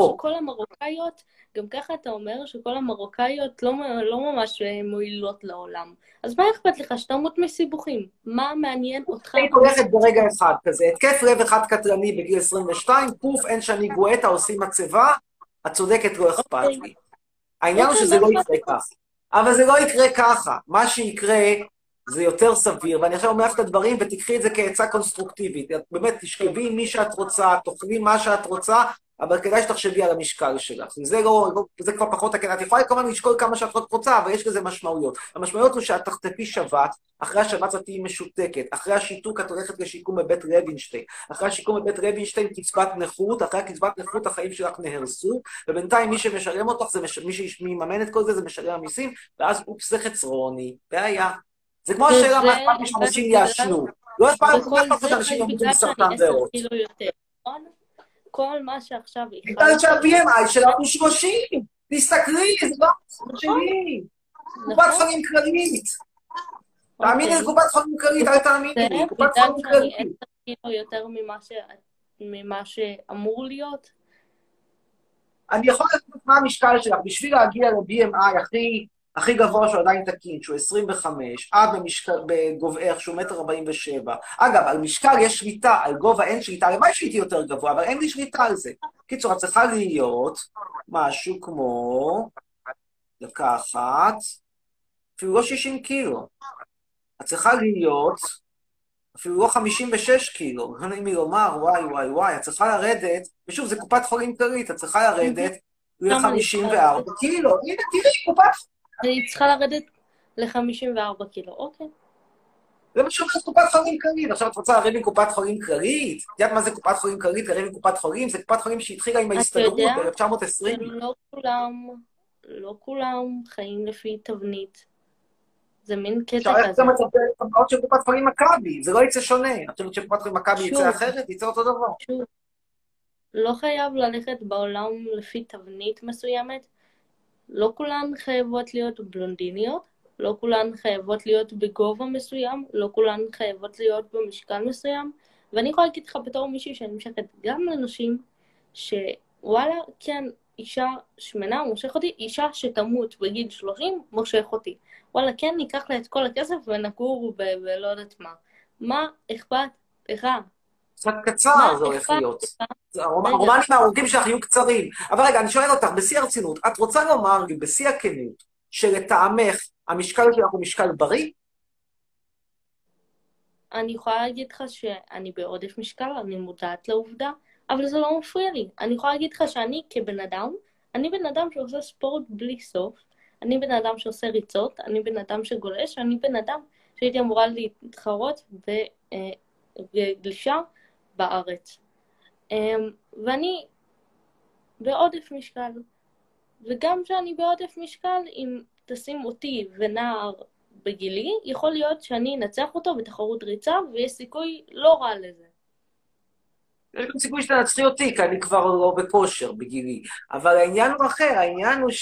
שכל המרוקאיות לא ממש מועילות לעולם. אז מה אכפת לך שתמות מסיבוכים? מה מעניין אותך? אני הולכת ברגע אחד כזה, התקף לב אחד קטלני בגיל 22, פוף, אין שאני גואטה, עושים מצבה, את צודקת, לא אכפת לי. העניין הוא שזה לא יקרה ככה. אבל זה לא יקרה ככה. מה שיקרה זה יותר סביר, ואני עכשיו אומר לך את הדברים ותקחי את זה כעצה קונסטרוקטיבית. את באמת תשכבי עם מי שאת רוצה, תאכלי מה שאת רוצה, אבל כדאי שתחשבי על המשקל שלך. זה כבר פחות הקטע. את יכולה כמובן לשקול כמה שאת רוצה, אבל יש לזה משמעויות. המשמעויות הוא שאת תחטפי שבת, אחרי השבת את תהיי משותקת, אחרי השיתוק את הולכת לשיקום בבית רבינשטיין, אחרי השיקום בבית רבינשטיין קצבת נכות, אחרי הקצבת נכות החיים שלך נהרסו, ובינתיים מי שמשלם אותך, מי שמממן את כל זה, זה משלם המיסים, ואז אופס זה חצרוני, בעיה. זה כמו השאלה מה אכפת לי שאנשים יעשנו. לא אכפת לי שאנשים ימותו מסרטן ריאות. כל מה שעכשיו... בגלל שה-BMI שלה הוא 30. תסתכלי, זה לא שלי. קופת חולים כללית. תאמיני לקופת חולים כללית, אל תאמיני לי. קופת חולים כללית. אני 10 קילו יותר ממה שאמור להיות? אני יכול לדעת מה המשקל שלך, בשביל להגיע ל-BMI הכי גבוה שהוא עדיין תקין, שהוא 25, עד בגובהך שהוא 1.47 מטר. אגב, על משקל יש שליטה, על גובה אין שליטה, למה יש שליטה יותר גבוה, אבל אין לי שליטה על זה. קיצור, את צריכה להיות משהו כמו, לקחת, אפילו לא 60 קילו. את צריכה להיות, אפילו לא 56 קילו. לא נעים לי לומר, וואי, את צריכה לרדת, ושוב, זה קופת חולים כללית, את צריכה לרדת ל-54 קילו. הנה, תראי, קופת היא צריכה לרדת ל-54 קילו, אוקיי. זה מה שאומרת קופת חולים כללית. עכשיו את רוצה לריב עם קופת חולים כללית? את יודעת מה זה קופת חולים כללית? לריב עם קופת חולים? זה קופת חולים שהתחילה עם ההסתדרות ב-1920. לא כולם חיים לפי תבנית. זה מין קטע אפשר כזה. ללכת גם לטבעות של קופת חולים מכבי, זה לא יצא שונה. את חושבת שקופת חולים מכבי יצא אחרת? יצא אותו דבר. שוב, לא חייב ללכת בעולם לפי תבנית מסוימת. לא כולן חייבות להיות בלונדיניות, לא כולן חייבות להיות בגובה מסוים, לא כולן חייבות להיות במשקל מסוים, ואני יכולה להגיד לך בתור מישהי שאני משכת גם לנשים, שוואלה, כן, אישה שמנה מושך אותי, אישה שתמות בגיל 30 מושך אותי. וואלה, כן, ניקח לה את כל הכסף ונגור ולא יודעת מה. מה אכפת לך? קצת קצר זה הולך להיות. הרומנים הארוכים שלך יהיו קצרים. אבל רגע, אני שואל אותך, בשיא הרצינות, את רוצה לומר לי, בשיא הכנות, שלטעמך המשקל שלך הוא משקל בריא? אני יכולה להגיד לך שאני בעודף משקל, אני מודעת לעובדה, אבל זה לא מפריע לי. אני יכולה להגיד לך שאני כבן אדם, אני בן אדם שעושה ספורט בלי סוף, אני בן אדם שעושה ריצות, אני בן אדם שגולש, אני בן אדם שהייתי אמורה להתחרות בגלישה בארץ. ואני בעודף משקל. וגם שאני בעודף משקל, אם תשים אותי ונער בגילי, יכול להיות שאני אנצח אותו בתחרות ריצה, ויש סיכוי לא רע לזה. יש גם סיכוי שתנצחי אותי, כי אני כבר לא בכושר בגילי. אבל העניין הוא אחר, העניין הוא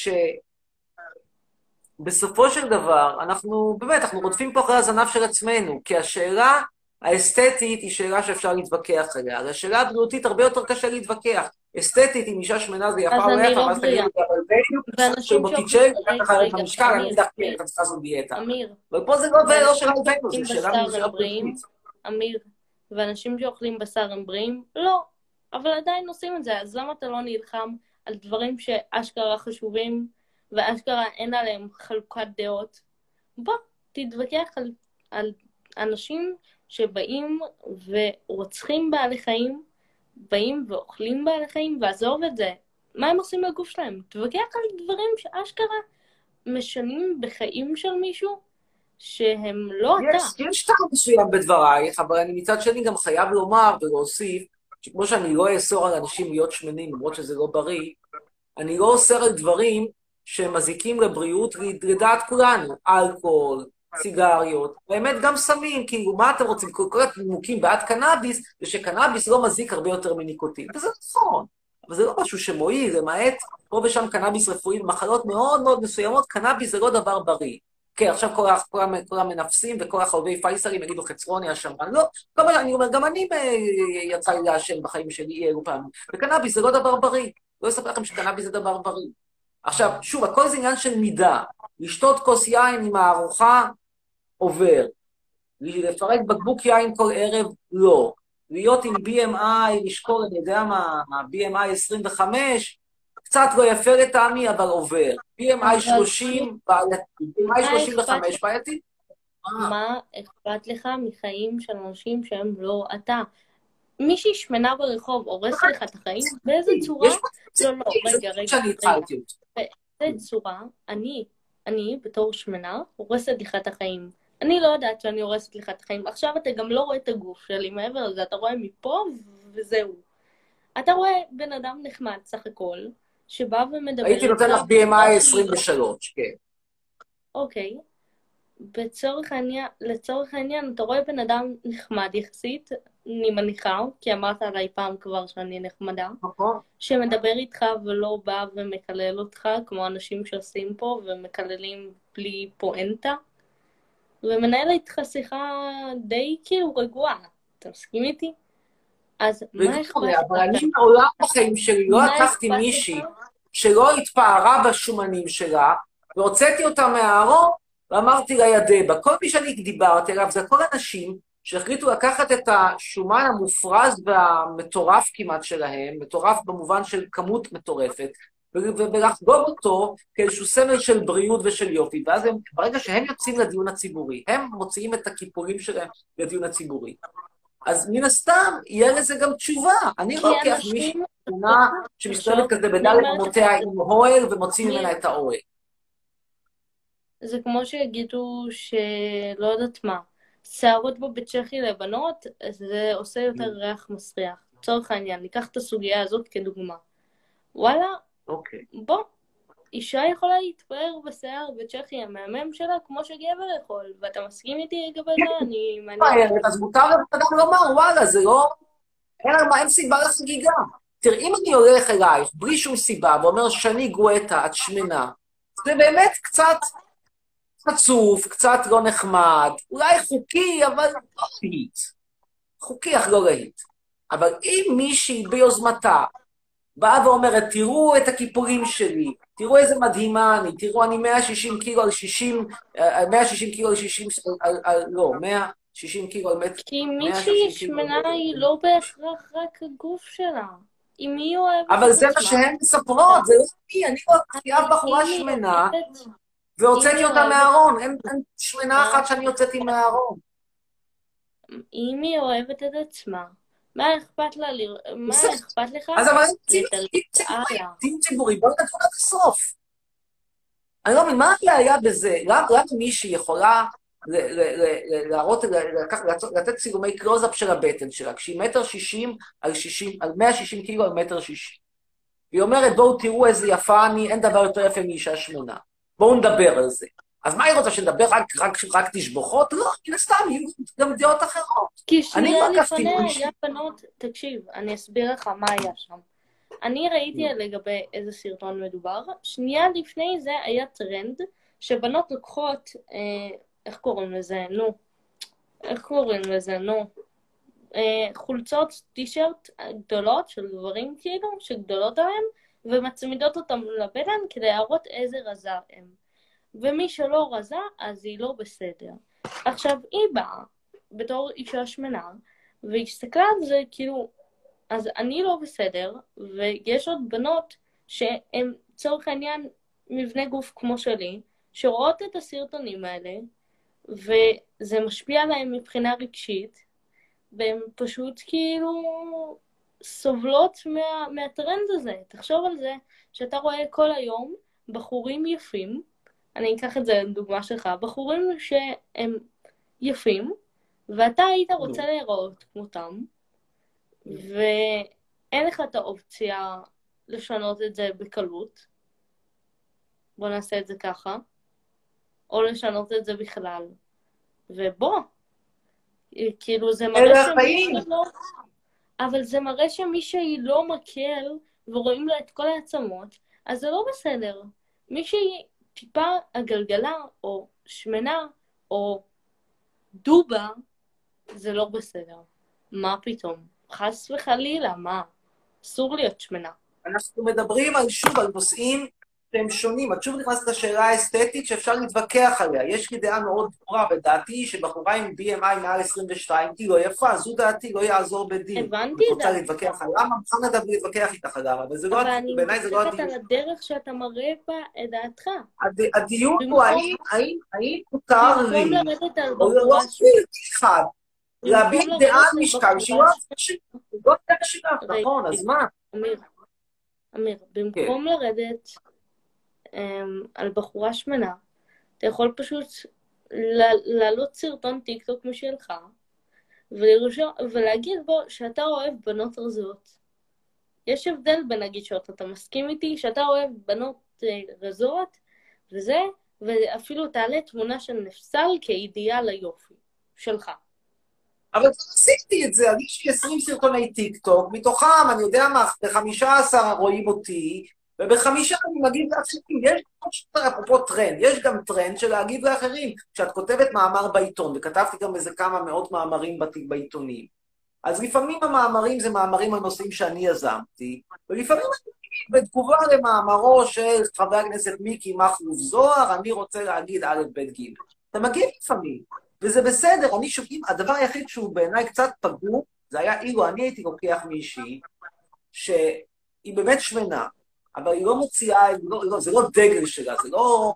שבסופו של דבר, אנחנו רודפים פה אחרי הזנב של עצמנו, כי השאלה האסתטית היא שאלה שאפשר להתווכח עליה. אז השאלה הבריאותית הרבה יותר קשה להתווכח. אסתטית, עם אישה שמנה זה יפה עליך, אבל תגידו, אבל בדיוק, שבוטיצ'ל, לקחת לך את המשקל, אני דווקא את צריכה לעשות דיאטה. אמיר. אבל פה זה לא שאלה הבאנו, זה שאלה מוזרת בריאותית. אמיר, ואנשים שאוכלים בשר הם בריאים? לא. אבל עדיין עושים את זה, אז למה אתה לא נלחם על דברים שאשכרה חשובים, ואשכרה אין עליהם חלוקת דעות? בוא, תתווכח על אנשים שבאים ורוצחים בעלי חיים, באים ואוכלים בעלי חיים, ועזוב את זה. מה הם עושים לגוף שלהם? תתווכח על דברים שאשכרה משנים בחיים של מישהו, שהם לא אתה. יש טעם מסוים בדברייך, אבל אני מצד שני גם חייב לומר ולהוסיף, שכמו שאני לא אאסור על אנשים להיות שמנים, למרות שזה לא בריא, אני לא אוסר על דברים שמזיקים לבריאות לדעת כולנו, אלכוהול, סיגריות, באמת גם סמים, כאילו מה אתם רוצים, כל הנימוקים בעד קנאביס, זה שקנאביס לא מזיק הרבה יותר מניקוטין, וזה נכון, אבל זה לא משהו שמועיל, למעט פה ושם קנאביס רפואי, במחלות מאוד מאוד מסוימות, קנאביס זה לא דבר בריא. כן, עכשיו כל המנפסים וכל החולבי פייסרים יגידו חצרוני השמרן, לא, כל מה שאני אומר, גם אני יצא לי לעשן בחיים שלי אלו פעמים, וקנאביס זה לא דבר בריא, לא אספר לכם שקנאביס זה דבר בריא. עכשיו, שוב, הכל זה עניין של מידה, לשתות כוס יין עם הארוחה, עובר. לפרק בקבוק יין כל ערב, לא. להיות עם BMI, לשקול, אני יודע מה, BMI 25, קצת לא יפה לטעמי, אבל עובר. BMI 30, בעייתי. BMI 35, בעייתי. מה אכפת לך מחיים של אנשים שהם לא אתה? מישהי שמנה ברחוב הורס לך את החיים? באיזה צורה? לא, רגע. באיזה צורה, אני בתור שמנה הורסת לך את החיים. אני לא יודעת שאני הורסת לך את החיים. עכשיו אתה גם לא רואה את הגוף שלי מעבר לזה, אתה רואה מפה וזהו. אתה רואה בן אדם נחמד סך הכל, שבא ומדבר... הייתי נותן לך BMI 23, כן. אוקיי. לצורך העניין, אתה רואה בן אדם נחמד יחסית, אני מניחה, כי אמרת עליי פעם כבר שאני נחמדה, שמדבר איתך ולא בא ומקלל אותך, כמו אנשים שעושים פה ומקללים בלי פואנטה, ומנהל איתך שיחה די כאילו רגועה. אתה מסכים איתי? אז מה אכפת לך? אבל אני מעולם בחיים שלי לא לקחתי מישהי שלא התפארה בשומנים שלה, והוצאתי אותה מהארון, ואמרתי לה ידבה. כל מי שאני דיברתי עליו, זה כל אנשים שהחליטו לקחת את השומן המופרז והמטורף כמעט שלהם, מטורף במובן של כמות מטורפת, ולחגוג אותו כאיזשהו סמל של בריאות ושל יופי, ואז ברגע שהם יוצאים לדיון הציבורי, הם מוציאים את הכיפורים שלהם לדיון הציבורי. אז מן הסתם, יהיה לזה גם תשובה. אני לא לוקח מישהי שמסתובבת כזה בדלת אמותיה עם אוהל, ומוציא ממנה את האוהל. זה כמו שיגידו שלא יודעת מה, שערות בבית צ'כי לבנות, זה עושה יותר ריח מסריח. לצורך העניין, ניקח את הסוגיה הזאת כדוגמה. וואלה, אוקיי. בוא, אישה יכולה להתפאר בשיער בצ'כי המהמם שלה כמו שגבר יכול, ואתה מסכים איתי לגבי זה? אני מעניין. אז מותר לבן לומר, וואלה, זה לא... אין סיבה לחגיגה. תראי, אם אני הולך אלייך בלי שום סיבה ואומר שני גואטה, את שמנה, זה באמת קצת חצוף, קצת לא נחמד, אולי חוקי, אבל לא להיט. חוקי, אך לא להיט. אבל אם מישהי ביוזמתה באה ואומרת, תראו את הכיפורים שלי, תראו איזה מדהימה אני, תראו, אני 160 קילו על 60, 160 קילו על 60, לא, 160 קילו על מטר. כי מישהי שמנה היא לא בהכרח רק הגוף שלה. אם היא אוהבת את עצמה. אבל זה מה שהן מספרות, זה לא מי, אני לא אהבתי אף בחורה שמנה, והוצאתי אותה מהארון, אין שמנה אחת שאני יוצאתי מהארון. אם היא אוהבת את עצמה, מה אכפת לה? מה אכפת לך? אז אבל דיון ציבורי, בואו נדון עד הסוף. אני לא מבין, מה הבעיה בזה? למה מישהי יכולה לתת צילומי קלוזאפ של הבטן שלה, כשהיא 1.60 על 160 קילו על 1.60. והיא אומרת, בואו תראו איזה יפה אני, אין דבר יותר יפה מאישה שמנה. בואו נדבר על זה. אז מה היא רוצה, שנדבר רק תשבוכות? לא, מן הסתם, יהיו גם דעות אחרות. כי שנייה לפניה היה בנות, תקשיב, אני אסביר לך מה היה שם. אני ראיתי לגבי איזה סרטון מדובר, שנייה לפני זה היה טרנד, שבנות לוקחות, איך קוראים לזה? חולצות טישרט גדולות של גברים כאילו, שגדולות עליהם, ומצמידות אותם לבטן כדי להראות איזה רזה הם. ומי שלא רזה, אז היא לא בסדר. עכשיו, היא באה בתור אישה שמנה, והסתכלה על זה כאילו, אז אני לא בסדר, ויש עוד בנות שהן צורך העניין מבנה גוף כמו שלי, שרואות את הסרטונים האלה, וזה משפיע עליהם מבחינה רגשית, והן פשוט כאילו סובלות מהטרנד הזה. תחשוב על זה שאתה רואה כל היום בחורים יפים, אני אקח את זה לדוגמה שלך, בחורים שהם יפים, ואתה היית רוצה להיראות כמותם, ואין לך את האופציה לשנות את זה בקלות, בוא נעשה את זה ככה, או לשנות את זה בכלל. ובוא, כאילו זה מראה אבל זה מראה שמישהי לא מקל, ורואים לה את כל העצמות, אז זה לא בסדר. מישהי טיפה הגלגלה, או שמנה, או דובה, זה לא בסדר. מה פתאום? חס וחלילה, מה? אסור להיות שמנה. אנחנו מדברים שוב על נושאים שהם שונים. את שוב נכנסת לשאלה האסתטית שאפשר להתווכח עליה. יש לי דעה מאוד ברורה בדעתי שבחורה עם BMI מעל 22 היא לא יפה, זו דעתי, לא יעזור בדין. הבנתי את זה. רוצה להתווכח עליה, מה מוכן לדעת להתווכח איתך עליה, אבל זה לא, בעיניי זה לא הדיון. אבל אני מתווכחת על הדרך שאתה מראה בה את דעתך. הדיון הוא האם מותר לי, או לא אחד, להביט דעה על משקל שהיא לא דעה שלך, נכון, אז מה? אמיר, במקום לרדת על בחורה שמנה, אתה יכול פשוט לעלות סרטון טיקטוק משלך, ולהגיד בו שאתה אוהב בנות רזות. יש הבדל בין הגישות, אתה מסכים איתי שאתה אוהב בנות רזות, וזה, ואפילו תעלה תמונה של נפסל כאידיאל היופי שלך. אבל עשיתי את זה, אני יש לי 20 סרטוני טיקטוק, מתוכם, אני יודע מה, ב-15 רואים אותי, וב-5 אני מגיב לאחרים. יש אפרופו טרנד, יש גם טרנד של להגיב לאחרים. כשאת כותבת מאמר בעיתון, וכתבתי גם איזה כמה מאות מאמרים בעיתונים, אז לפעמים המאמרים זה מאמרים על נושאים שאני יזמתי, ולפעמים בתגובה למאמרו של חבר הכנסת מיקי מכלוף זוהר, אני רוצה להגיד א' ב' ג'. אתה מגיב לפעמים. וזה בסדר, הדבר היחיד שהוא בעיניי קצת פגום, זה היה אילו אני הייתי לוקח מישהי, שהיא באמת שמנה, אבל היא לא מוציאה, זה לא דגל שלה, זה לא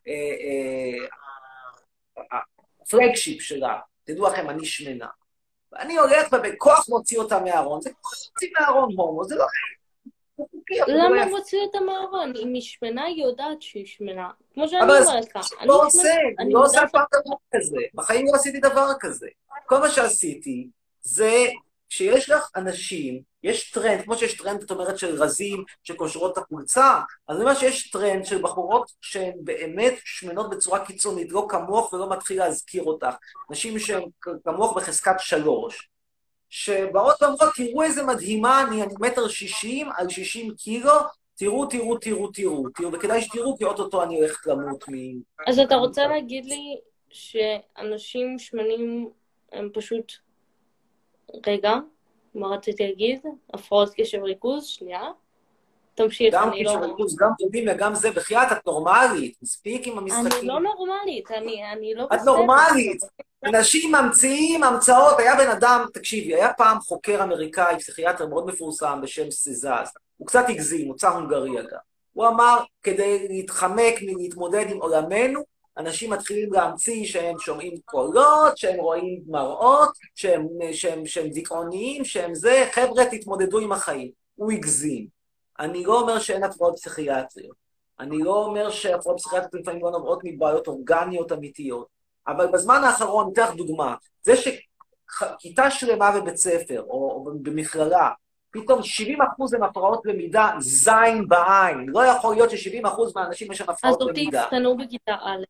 הפלגשיפ שלה, תדעו לכם, אני שמנה. ואני הולך ובכוח מוציא אותה מהארון, זה כמו להוציא מהארון הומו, זה לא... למה הם הוציאו אותה מהארון? אם היא שמנה, היא יודעת שהיא שמנה. כמו שאני אבל אומרת לך, אני לא שמנה, עושה, אני לא עושה יודעת... פעם דבר כזה. בחיים לא עשיתי דבר כזה. כל מה שעשיתי זה שיש לך אנשים, יש טרנד, כמו שיש טרנד, את אומרת, של רזים שקושרות את החולצה, אז אני אומר שיש טרנד של בחורות שהן באמת שמנות בצורה קיצונית, לא כמוך ולא מתחיל להזכיר אותך. נשים שהן כמוך בחזקת 3, שבאות ואומרות, תראו איזה מדהימה, אני 1.60 על 60 קילו, תראו, תראו, תראו, תראו, תראו, וכדאי שתראו, כי אוטוטו אני הולכת למות אז אתה רוצה להגיד לי שאנשים שמנים הם פשוט... רגע, מה רציתי להגיד? הפרעות קשב וריכוז, שנייה. תמשיך, גם אני לא... קשב וריכוז, גם טובים וגם זה, בחייאת, את נורמלית, מספיק עם המשחקים. אני לא נורמלית, אני לא את נורמלית. אנשים ממציאים המצאות, היה בן אדם, תקשיבי, היה פעם חוקר אמריקאי, פסיכיאטר מאוד מפורסם בשם סזאז, הוא קצת הגזים, מוצא הונגרי אגב. הוא אמר, כדי להתחמק מלהתמודד עם עולמנו, אנשים מתחילים להמציא שהם שומעים קולות, שהם רואים מראות, שהם דיכאוניים, שהם זה, חבר'ה תתמודדו עם החיים. הוא הגזים. אני לא אומר שאין הפרעות פסיכיאטריות. אני לא אומר שהפרעות פסיכיאטריות לפעמים לא נובעות מבעיות אורגניות אמיתיות. אבל בזמן האחרון, ניתן לך דוגמה, זה שכיתה שלמה בבית ספר, או במכללה, פתאום 70% הם הפרעות למידה זין בעין. לא יכול להיות ש70% מהאנשים יש שם הפרעות למידה. אז אותי יבחנו בכיתה א'.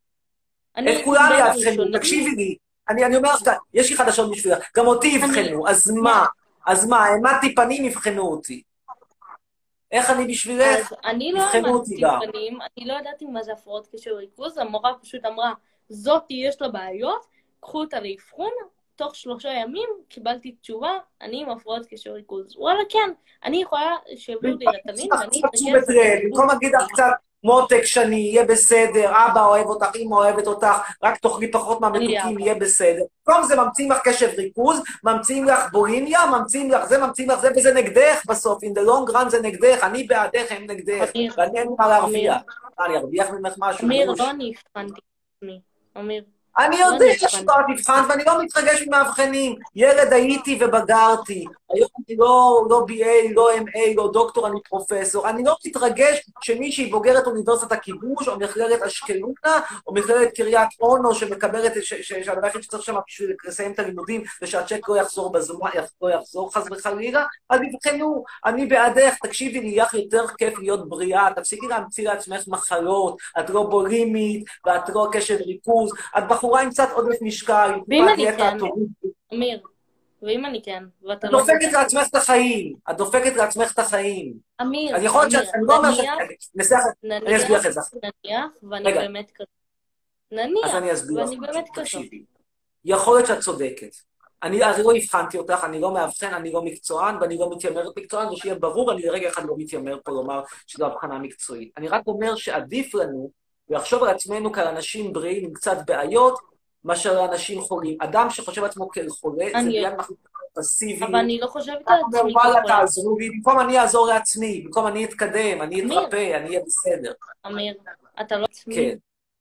את כולם יבחנו, תקשיבי לי. אני אומר לך, יש לי חדשות בשבילך, גם אותי יבחנו, אז מה? אז מה, העמדתי פנים יבחנו אותי. איך אני בשבילך? אני לא העמדתי פנים, אני לא ידעתי מה זה הפרעות קשב וריכוז, המורה פשוט אמרה, זאתי יש לה בעיות, קחו אותה לאבחון, תוך 3 ימים קיבלתי תשובה, אני עם הפרעות קשב וריכוז. וואלה כן, אני יכולה שיביאו לי רטלין, ואני אתרגל. במקום להגיד לך קצת מותק שני, יהיה בסדר, אבא אוהב אותך, אמא אוהבת אותך, רק תאכלי פחות מהמתוקים, יהיה בסדר. במקום זה ממציאים לך קשב ריכוז, ממציאים לך בולימיה, ממציאים לך זה, וזה נגדך בסוף, in the long run זה נגדך, אני בעדך, הם נגדך, ואני אין מה להרוויח. אני ארוויח ממך משהו. אמיר, לא אני הבחנתי עצמי, אמיר. אני יודע שאתה תבחן, ואני לא מתרגש ממאבחנים. ילד הייתי ובגרתי. היום אני לא BA, לא MA, לא דוקטור, אני פרופסור. אני לא מתרגש שמישהי בוגרת אוניברסיטת הכיבוש, או מכללת אשקלונה, או מכללת קריית אונו, שמקבלת, שהדבר הכי שצריך שם בשביל לסיים את הלימודים, ושהצ'ק לא יחזור בזמן, לא יחזור חס וחלילה, אז יבחנו, אני בעדך, תקשיבי לי, יח יותר כיף להיות בריאה, תפסיקי להמציא לעצמך מחלות, את לא בולימית, ואת לא קשב ריכוז, את בחורה עם קצת עודף משקל, ואם אני כן, אמיר, ואם אני כן, את דופקת לעצמך את החיים, את דופקת לעצמך את החיים. אמיר, אני יכול להיות שאני לא אומר אני אסביר לך את זה. נניח, ואני באמת כזאת. נניח, אז אני אסביר לך. ואני באמת כזאת. יכול להיות שאת צודקת. אני לא הבחנתי אותך, אני לא מאבחן, אני לא מקצוען, ואני לא מתיימרת מקצוען, ושיהיה ברור, אני לרגע אחד לא מתיימר פה לומר שזו הבחנה מקצועית. אני רק אומר שעדיף לנו לחשוב על עצמנו כאנשים בריאים עם קצת בעיות, מאשר אנשים חולים. אדם שחושב עצמו כחולה, זה בגלל אנחנו פסיבי. אבל אני לא חושבת על עצמי כחולה. תעזרו לי, במקום אני אעזור לעצמי, במקום אני אתקדם, אני אתרפא, אני אהיה בסדר. אמיר, אתה לא עצמי. כן.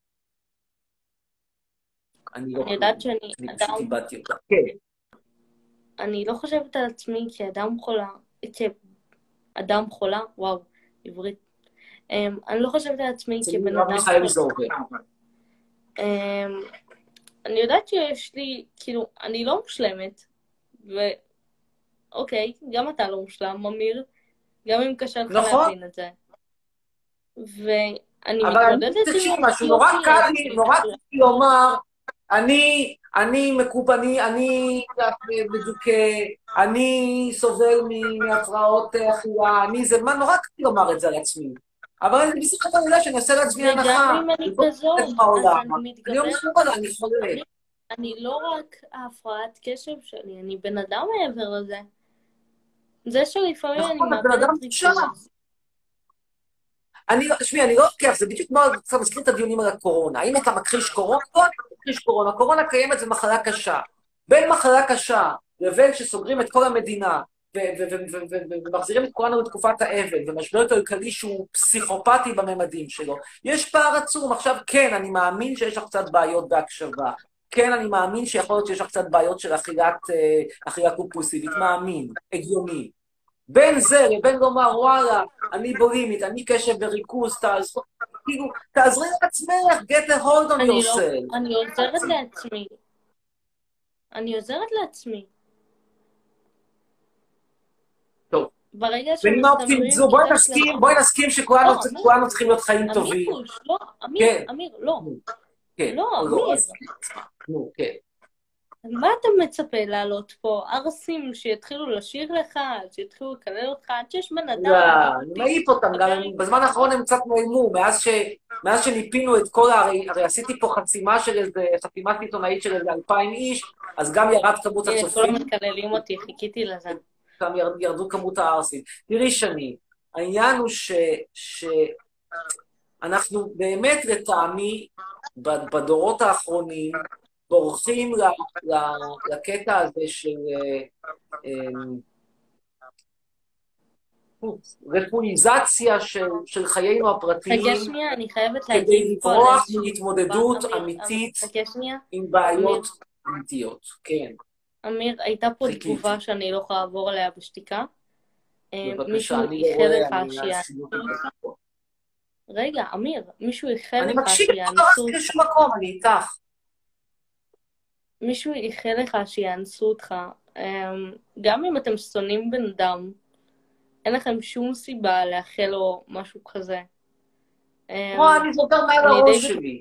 אני יודעת שאני פשוט איבדתי אותה. כן. אני לא חושבת על עצמי כאדם חולה, וואו, עברית. אני לא חושבת על עצמי כבן אדם חולה. אני יודעת שיש לי, כאילו, אני לא מושלמת, ואוקיי, גם אתה לא מושלם, אמיר, גם אם קשה לך להבין את זה. ואני מתמודדת עם... תקשיב משהו, נורא קל לי לומר, אני מקופני, אני מדוכא, אני סובל מהפרעות אכילה, אני זה, מה נורא קל לומר את זה על עצמי. אבל אני בסך הכל יודע שאני עושה לעצמי הנחה. וגם אם אני כזאת, אז אני מתגברת. אני חולה. אני לא רק ההפרעת קשב שלי, אני בן אדם מעבר לזה. זה שלפעמים אני מאבדת ריכוז. שמי, אני לא לוקח, זה בדיוק כמו, אתה מזכיר את הדיונים על הקורונה. האם אתה מכחיש קורונה? לא, אני מכחיש קורונה. קורונה קיימת, זה מחלה קשה. בין מחלה קשה לבין שסוגרים את כל המדינה, ומחזירים את כולנו לתקופת האבל, ומשבר כלכלי שהוא פסיכופתי בממדים שלו. יש פער עצום. עכשיו, כן, אני מאמין שיש לך קצת בעיות בהקשבה. כן, אני מאמין שיכול להיות שיש לך קצת בעיות של אכילה קומפולסיבית. מאמין, הגיוני. בין זה לבין לומר, וואלה, אני בולימית, אני קשב וריכוז, כאילו, תעזרי לעצמך, get a hold on yourself. אני עוזרת לעצמי. אני עוזרת לעצמי. טוב. ברגע בנימה אופטימית זו, בואי נסכים שכולנו צריכים להיות חיים טובים. אמיר, לא. כן. לא, אמיר. נו, כן. מה אתה מצפה לעלות פה? ערסים שיתחילו לשיר לך, שיתחילו לקלל אותך, עד שיש בן אדם. לא, אני מעיף אותם, גם בזמן האחרון הם קצת נעלמו, מאז שניפינו את כל, הרי עשיתי פה חתימה עיתונאית של איזה 2,000 איש, אז גם ירד כמות הצופים. כולם מקללים אותי, חיכיתי לזה. גם ירדו כמות הערסים. תראי שני, העניין הוא שאנחנו באמת לטעמי, בדורות האחרונים, בורחים לקטע הזה של רפואיזציה של חיינו הפרטיים, חכה שנייה, אני חייבת להגיד כדי לברוח להתמודדות אמיתית עם בעיות אמיתיות. כן. אמיר, הייתה פה תגובה שאני לא יכולה לעבור עליה בשתיקה. בבקשה, אני לא רואה, רגע, אמיר, מישהו איחל אני לך מקשיב שיאנסו אותך לשום מקום, אני איתך. מישהו איחל לך שיאנסו אותך. גם אם אתם שונאים בן אדם, אין לכם שום סיבה לאחל לו משהו כזה. אני זוכר מעל הראש שלי.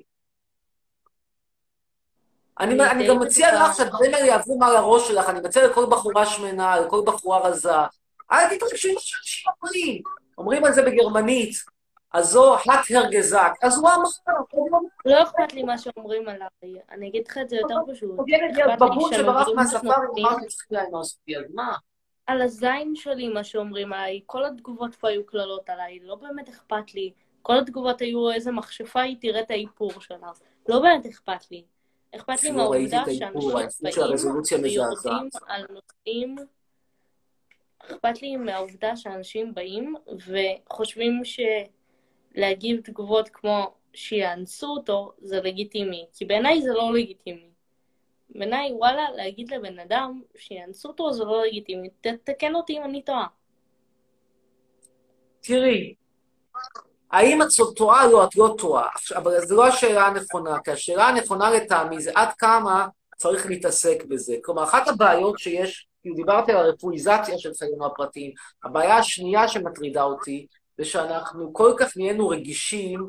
אני גם מציע לך שהדברים האלה יעברו מעל הראש שלך, אני מציע לכל בחורה שמנה, לכל בחורה רזה. אל תתרגשו מה שאנשים אומרים על זה בגרמנית, אז זו הרגזק, אז הוא אמר, לא אכפת לי מה שאומרים עליי, אני אגיד לך את זה יותר פשוט. בבון שברח מהספר, אמרתי צריך לאנוס אותי, אז מה? על הזין שלי מה שאומרים עליי, כל התגובות פה היו קללות עליי, לא באמת אכפת לי. כל התגובות היו איזה מכשפה היא תראה את האיפור שלה. לא באמת אכפת לי. אכפת לי מהעובדה שאנשים באים ויורדים על נושאים. אכפת לי מהעובדה שאנשים באים וחושבים שלהגיב תגובות כמו שיאנסו אותו זה לגיטימי. כי בעיניי זה לא לגיטימי. בעיניי, וואלה, להגיד לבן אדם שיאנסו אותו זה לא לגיטימי. תתקן אותי אם אני טועה. תראי, האם את טועה? לא, את לא טועה. אבל זו לא השאלה הנכונה, כי השאלה הנכונה לטעמי זה עד כמה צריך להתעסק בזה. כלומר, אחת הבעיות שיש, דיברתי על הרפואיזציה של חיינו הפרטיים, הבעיה השנייה שמטרידה אותי, זה שאנחנו כל כך נהיינו רגישים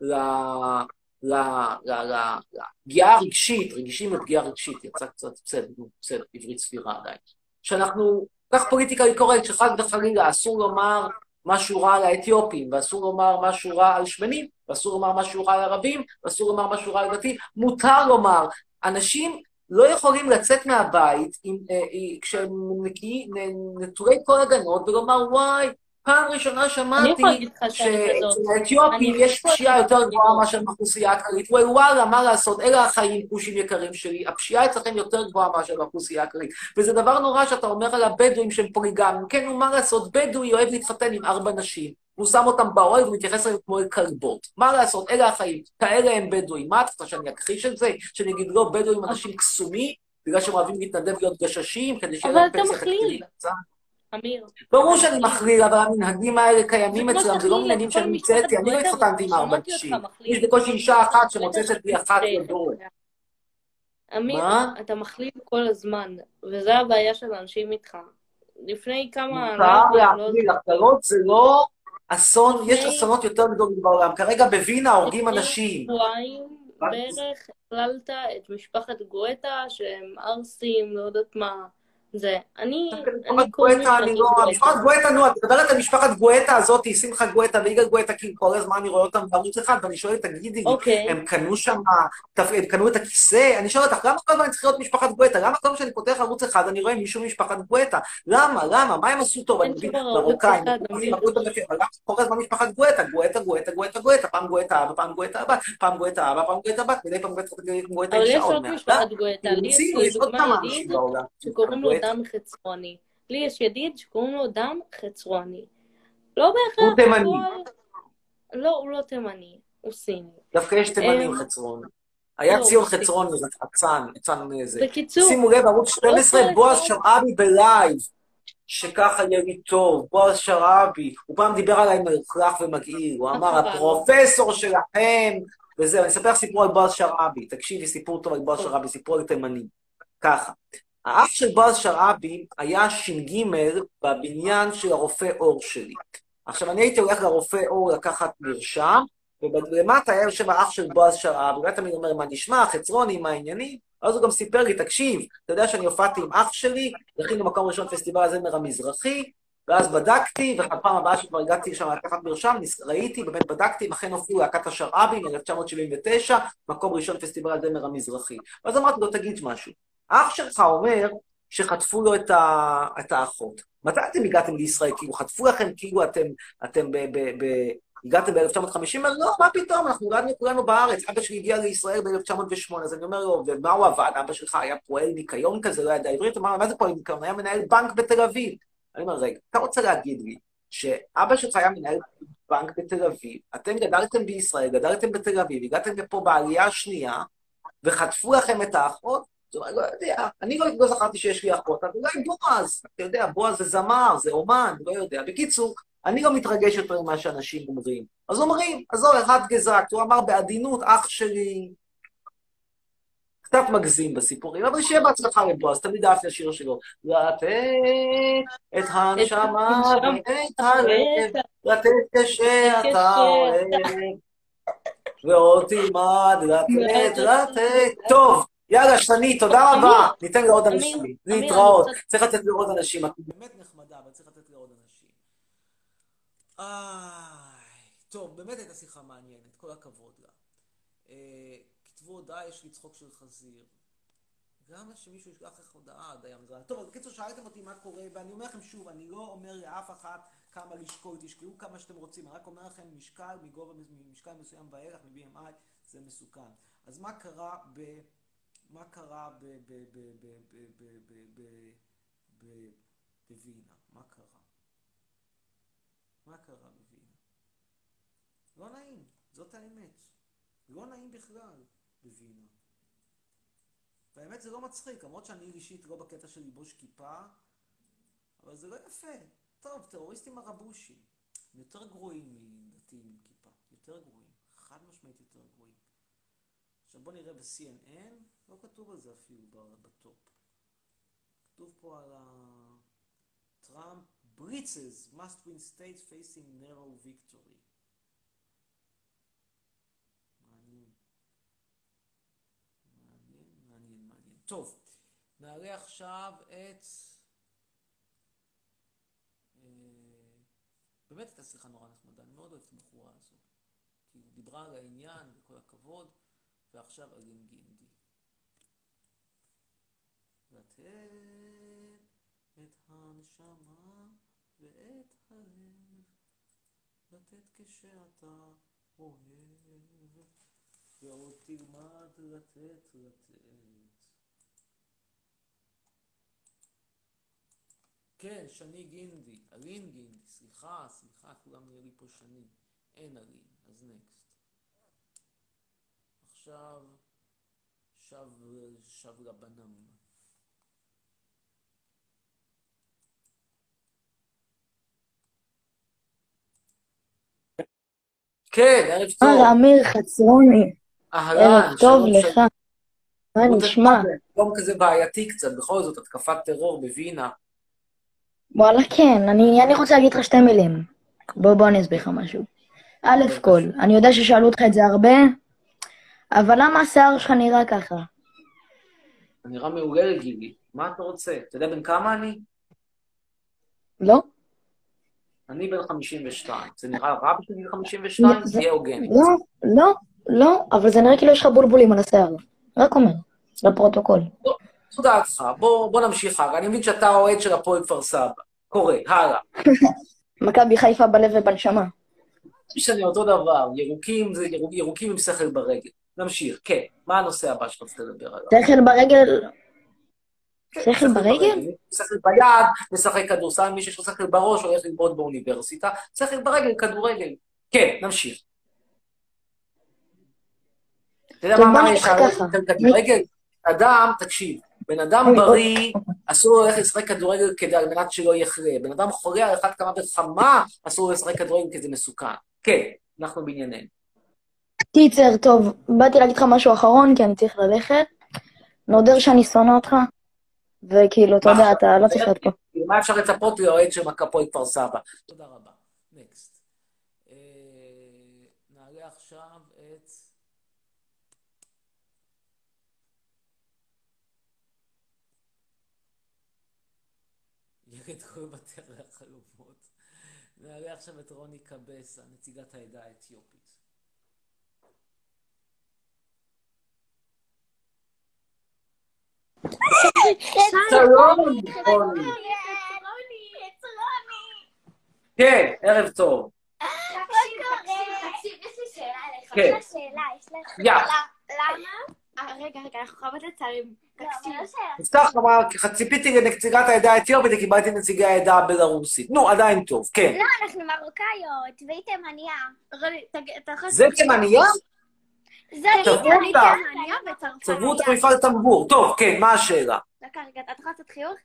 לפגיעה הרגשית, רגישים לפגיעה רגשית, יצא קצת בסדר, עברית ספירה עדיין. שאנחנו, כך פוליטיקלי קורקט, שחד וחלילה אסור לומר משהו רע על האתיופים, ואסור לומר משהו רע על שמנים, ואסור לומר משהו רע על ערבים, ואסור לומר משהו רע על דתיים, מותר לומר. אנשים לא יכולים לצאת מהבית כשהם נטולי כל הגנות, ולומר, וואי, פעם ראשונה שמעתי שהאתיופים יש פשיעה יותר גבוהה מאשר באוכלוסייה הכללית. וואלה, מה לעשות, אלה החיים, פושים יקרים שלי, הפשיעה אצלכם יותר גבוהה מאשר באוכלוסייה הכללית. וזה דבר נורא שאתה אומר על הבדואים שהם פוליגמיים. כן, ומה לעשות, בדואי אוהב להתחתן עם 4 נשים. הוא שם אותם באוהל ומתייחס אליהם כמו אל כלבות. מה לעשות, אלה החיים, כאלה הם בדואים. מה אתה חושב שאני אכחיש את זה? שאני אגיד לא, בדואים אנשים קסומים, בגלל שהם אוהבים להתנדב להיות גששים, כדי שיהיה להם פנסיה תקציבית. אמיר. ברור שאני מכליל, אבל המנהגים האלה קיימים אצלם, זה לא מנהגים שאני מצאתי, אני לא התחתנתי עם 4 נשים. יש בקושי אישה אחת שמוצצת לי אחת לדור. אמיר, אתה מכליל כל הזמן, וזה הבעיה של האנשים איתך. לפני כמה... מותר להכליל, הכללות זה לא אסון, יש אסונות יותר גדולים בעולם. כרגע בווינה הורגים אנשים. שבועיים בערך הכללת את משפחת גואטה, שהם ערסים, לא יודעת מה. זה, משפחת גואטה, נו, את מדברת על משפחת גואטה הזאת, שמחה גואטה ויגאל גואטה, כי כל הזמן אני רואה אותם בערוץ אחד, ואני שואלת, תגידי לי, הם קנו שם, הם קנו את הכיסא, אני שואלת, למה כל הזמן צריך להיות משפחת גואטה? למה כל מה שאני פותח ערוץ אחד, אני רואה מישהו משפחת גואטה? למה? מה הם עשו טוב? אני מבין, מרוקאים, כל הזמן משפחת גואטה, גואטה, פעם גואטה אבא, פעם גואטה אבא, פעם גואטה אבא, פעם גואטה אבא, מדי פעם גואטה אישה עוד מעט. דם חצרוני. לי יש ידיד שקוראים לו דם חצרוני. לא בהכרח... הוא תימני. לא, הוא לא תימני. הוא סיני. דווקא יש תימנים חצרוני. היה ציון חצרוני, זה עצן זה. בקיצור... שימו לב, ערוץ 12, בועז שמעבי בלייב. שככה יהיה לי טוב, בועז שרעבי, הוא פעם דיבר עליי מלכלך ומגעיל, הוא אמר, הפרופסור שלכם, וזה, אני אספר סיפור על בועז שרעבי, תקשיבי, סיפור טוב על בועז שרעבי, סיפור על תימנים, ככה. האח של בועז שרעבי היה ש"ג בבניין של הרופא אור שלי. עכשיו, אני הייתי הולך לרופא אור לקחת מרשם, ולמטה היה יושב האח של בועז שרעבי, ואתה תמיד אומר, מה נשמע, חצרוני, מה העניינים? אז הוא גם סיפר לי, תקשיב, אתה יודע שאני הופעתי עם אח שלי, זכינו מקום ראשון פסטיבל הזמר המזרחי, ואז בדקתי, ובפעם הבאה שכבר הגעתי שם לקחת מרשם, ראיתי, באמת בדקתי, לכן הופיעו להקת השרעבי מ-1979, מקום ראשון פסטיבל הזמר המזרחי. ואז אמרתי לו, תגיד משהו. האח שלך אומר שחטפו לו את האחות. מתי אתם הגעתם לישראל? כאילו, חטפו לכם, כאילו אתם הגעתם ב-1950? לא, מה פתאום? אנחנו גדלנו כולנו בארץ. אבא שלי הגיע לישראל ב-1908, אז אני אומר לו, ומה הוא עבד? אבא שלך היה פועל ניקיון כזה, לא ידע עברית? הוא אמר, מה זה פועל ניקיון? היה מנהל בנק בתל אביב. אני אומר, רגע, אתה רוצה להגיד לי שאבא שלך היה מנהל בנק בתל אביב, אתם גדלתם בישראל, גדלתם בתל אביב, הגעתם לפה בעלייה השנייה, וחטפו לכם את האחות? זאת אומרת, לא יודע, אני לא זכרתי שיש לי אחות, אבל אולי בועז, אתה יודע, בועז זה זמר, זה אומן, לא יודע. בקיצור, אני לא מתרגש יותר ממה שאנשים אומרים. אז אומרים, אז זו אחד גזק, הוא אמר בעדינות, אח שלי, קצת מגזים בסיפורים, אבל שיהיה בהצלחה לבועז, תמיד אהבתי השיר שלו. לתת את הנשמה ואת הלב, לתת כשאתה אוהב, ועוד תלמד לתת. טוב, יאללה, שני, תודה רבה. ניתן לעוד אנשים, להתראות. צריך לתת לעוד אנשים. את באמת נחמדה, אבל צריך לתת לעוד אנשים. טוב, באמת הייתה שיחה מעניינת, כל הכבוד לה. כתבו הודעה, יש לי צחוק של חזיר. גם שמישהו ישלח לך הודעה, דיין זרה. טוב, אז בקיצור, שאלתם אותי מה קורה, ואני אומר לכם שוב, אני לא אומר לאף אחת כמה לשקול, תשקלו כמה שאתם רוצים, אני רק אומר לכם משקל, משקל מסוים ואילך, מ-BMI, זה מסוכן. אז מה קרה בווינה? מה קרה? מה קרה בווינה? לא נעים, זאת האמת. לא נעים בכלל בווינה. והאמת זה לא מצחיק, למרות שאני אישית לא בקטע של ליבוש כיפה, אבל זה לא יפה. טוב, טרוריסטים הרבושים, הם יותר גרועים מדתיים עם כיפה, יותר גרועים, חד משמעית יותר גרועים. עכשיו בוא נראה ב-CNN, לא כתוב על זה אפילו בטופ. כתוב פה על טראמפ, Blitzes must win states facing narrow victory. מעניין. טוב, נעלה עכשיו את... באמת הייתה שיחה נורא נחמדה, אני מאוד אוהבת את הבחורה הזו. כי היא דיברה על העניין וכל הכבוד, ועכשיו אלין גינדי. לתת את הנשמה ואת הלב, לתת כשאתה אוהב, ועוד תלמד לתת. כן, שני גינדי, אלין גינדי, סליחה, כולם נראה לי פה שני, אין אלין, אז נקסט. עכשיו, שב לבנם. כן, ערב טוב. אמיר חצרוני. ערב טוב לך. מה נשמע? יום כזה בעייתי קצת, בכל זאת, התקפת טרור בווינה. וואלה כן, אני רוצה להגיד לך שתי מילים. בוא אני אסביר לך משהו. א' כל, אני יודע ששאלו אותך את זה הרבה, אבל למה השיער שלך נראה ככה? אני נראה מעולה לגילי. מה אתה רוצה? אתה יודע בן כמה אני? לא? אני בן 52. זה נראה רע בשביל גיל 52? זה יהיה הוגני. לא, אבל זה נראה כאילו יש לך בולבולים על השיער. רק אומר, לפרוטוקול. תודה לך. בוא נמשיך הלאה. אני מבין שאתה אוהד של הפועל כפר סבא. קורא, הלאה. מכבי חיפה בלב ובנשמה. משנה אותו דבר. ירוקים עם שכל ברגל. נמשיך. כן. מה הנושא הבא שאתה רוצה לדבר עליו? שכל ברגל? שכל ברגל? שכל ביד, משחק כדורסל, מי שיש לו שכל בראש, הולך ללמוד באוניברסיטה. שכל ברגל, כדורגל. כן, נמשיך. אתה יודע מה יש כדורגל? אדם, תקשיב, בן אדם בריא, אסור לו ללכת לשחק כדורגל כדי על מנת שלא יחרה. בן אדם חולה על אחת כמה וכמה, אסור לו לשחק כדורגל כי זה מסוכן. כן, אנחנו בענייננו. קיצר, טוב, באתי להגיד לך משהו אחרון, כי אני צריך ללכת. נודר שאני שונא אותך, וכאילו, אתה יודע, אתה לא צריך להיות פה. מה אפשר לצפות לאוהד של מכבי כפר סבא? תודה רבה. נקסט. נעלה עכשיו את... ירד כל בתי החלומות. נעלה עכשיו את רוני קבסה, נציגת העדה האתיופית. שלום, רוני. כן, ערב טוב. תקשיב, יש לי שאלה אליך. כן. יש לה יא. למה? רגע, אנחנו חייבות לצלם. תקשיב. נפתח כמה, ציפיתי לנציגת העדה האתיופית וקיבלתי נציגי העדה הבלרוסית. נו, עדיין טוב, כן. לא, אנחנו מרוקאיות, והיא תימניה. זה תימניה? זה צבעו אותה. תימניה וצרפתיה. צבעו אותה מפעל טמבור. טוב, כן, מה השאלה? רגע, את יכולה לעשות חיוך?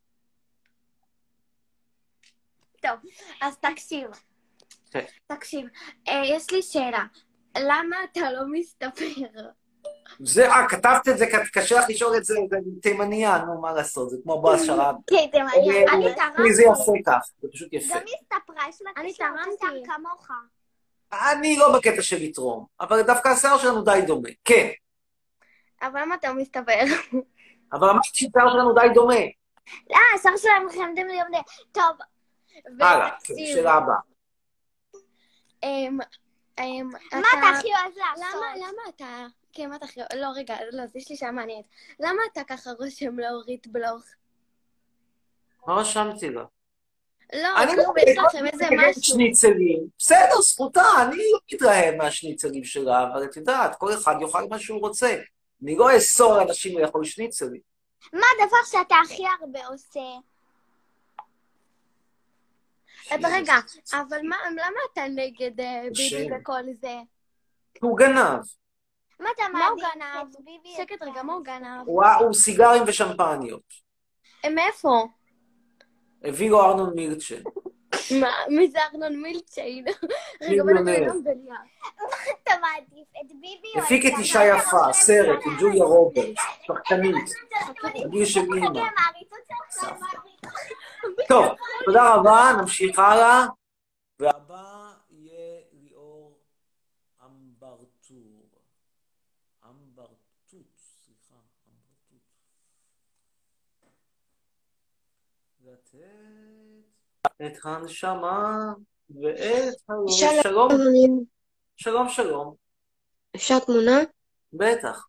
טוב, אז תקשיב. כן. תקשיב, יש לי שאלה. למה אתה לא מסתפר? זה, כתבת את זה, קשה לך לשאול את זה, זה תימניה, נו, מה לעשות, זה כמו בועז שרעב. כן, תימניה. אני תרמתי. זה יפה כך, זה פשוט יפה. גם הסתפרה, יש לה קשר קצר כמוך. אני לא בקטע של לתרום, אבל דווקא השיער שלנו די דומה, כן. אבל למה אתה מסתפר? אבל אמרתי שהשיער שלנו די דומה. לא, השיער שלהם חמדים לי יומדי. טוב. הלאה, כן, שאלה הבאה. מה אתה הכי אוהב לעשות? למה אתה... כן, מה אתה הכי... לא, רגע, לא, יש לי שאלה מעניינת. למה אתה ככה רושם לאורית בלוך? מה רשמתי לה? לא, כאילו יש לכם איזה משהו. שניצלים. בסדר, זכותה, אני לא מתרעב מהשניצלים שלה, אבל את יודעת, כל אחד יאכל מה שהוא רוצה. אני לא אאסור לאנשים לאכול שניצלים. מה הדבר שאתה הכי הרבה עושה? רגע, אבל למה אתה נגד ביבי וכל זה? הוא גנב. מה אתה מעדיף? שקט רגע, מה הוא גנב? הוא סיגרים ושמפניות. מאיפה? הביא לו ארנון מילצ'ן. מה? מי זה ארנון מילצ'ן? רגע, בוא נדבר גם בליה. אתה מעדיף את ביבי או את... הפיק את אישה יפה, סרט, עם ג'וליה רוברטס, שחקנית. הגיל של אימא. טוב, תודה רבה, נמשיך הלאה. והבא יהיה ליאור אמברטור. אמברטות, סליחה, אמברטות. לתת את הנשמה ואת הלב. שלום. שלום, שלום. אפשר תמונה? בטח.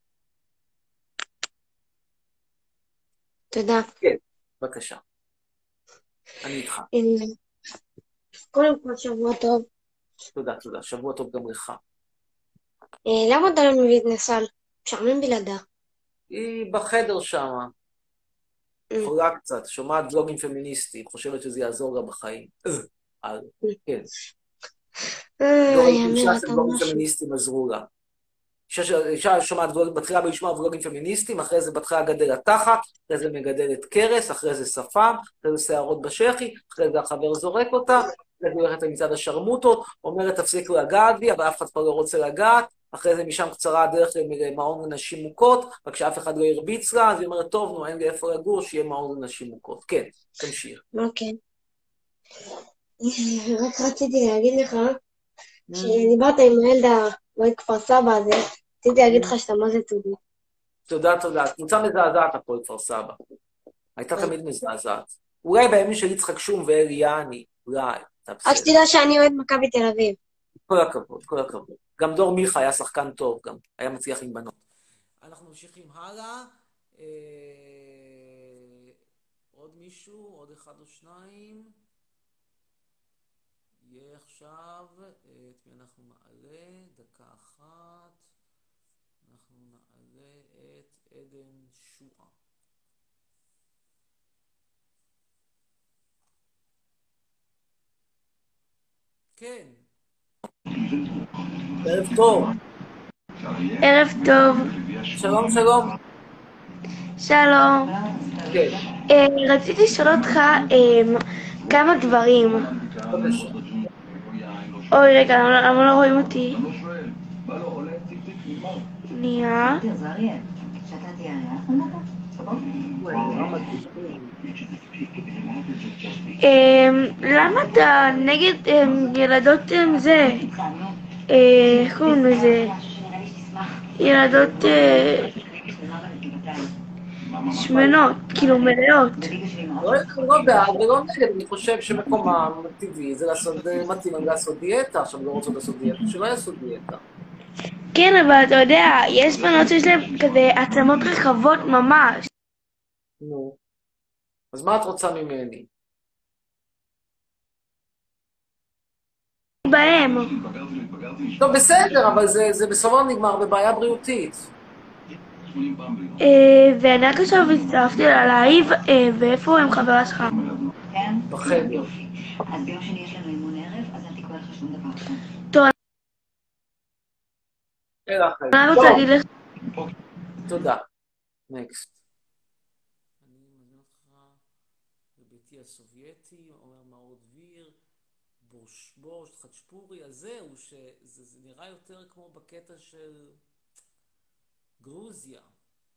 תודה. כן, בבקשה. אני איתך. קודם כל שבוע טוב. תודה, תודה. שבוע טוב גם לך. למה אתה לא מביא את נסל? משעמם בלעדה. היא בחדר שמה. חולה קצת, שומעת ולוגים פמיניסטיים, חושבת שזה יעזור לה בחיים. כן. לא ראיתי ולוגים פמיניסטיים עזרו לה. אישה שומעת ולוגים, מתחילה לשמוע ולוגים פמיניסטיים, אחרי זה מתחילה לגדל התחת, אחרי זה מגדלת קרס, אחרי זה שפם, אחרי זה שערות בשכי, אחרי זה החבר זורק אותה, אחרי זה הולכת למצעד השרמוטות, אומרת תפסיקו לגעת בי, אבל אף אחד כבר לא רוצה לגעת, אחרי זה משם קצרה הדרך למעון לנשים מוכות, רק שאף אחד לא ירביץ לה, אז היא אומרת, טוב, נו, אין לי איפה לגור, שיהיה מעון לנשים מוכות. כן, תמשיך. אוקיי. רק רציתי להגיד לך, שדיברת עם הילדה אוהד כפר סבא הזה, רציתי להגיד לך שאתה מה זה תודה. תודה, תודה. קבוצה מזעזעת הפועל כפר סבא. הייתה תמיד מזעזעת. אולי בימים של יצחק שום ואלי יעני, אולי. רק שתדע שאני אוהד מכבי תל אביב. כל הכבוד, כל הכבוד. גם דור מיכה היה שחקן טוב, גם היה מצליח עם בנות. אנחנו ממשיכים הלאה. עוד מישהו, עוד אחד או שניים. יהיה עכשיו, את מי אנחנו נעלה? דקה אחת. אנחנו נעלה את עדן שועה. כן. ערב טוב. ערב טוב. שלום, שלום. שלום. כן. רציתי לשאול אותך כמה דברים. בבקשה. אוי, רגע, למה לא רואים אותי? שנייה. למה אתה נגד ילדות זה? איך קוראים לזה? ילדות שמנות, כאילו מלאות. לא בעד ולא נגד, אני חושב שמקומם טבעי זה מתאים להם לעשות דיאטה, עכשיו לא רוצות לעשות דיאטה, שלא יעשו דיאטה. כן, אבל אתה יודע, יש בנות שיש להן כזה עצמות רחבות ממש. נו. אז מה את רוצה ממני? בהם. טוב, בסדר, אבל זה בסופו נגמר בבעיה בריאותית. ואני רק עכשיו הצטרפתי ללייב, ואיפה הם חברה שלך? בחדר. אז ביום שני יש לנו אימון ערב, אז אל תקרא לך שום דבר עכשיו. טוב, אני רוצה להגיד לך... תודה. נקסט. אני מזמין אותך לביתי הסובייטי, אומר מאור דביר, בורש, חצ'פורי, אז זהו, שזה נראה יותר כמו בקטע של גרוזיה.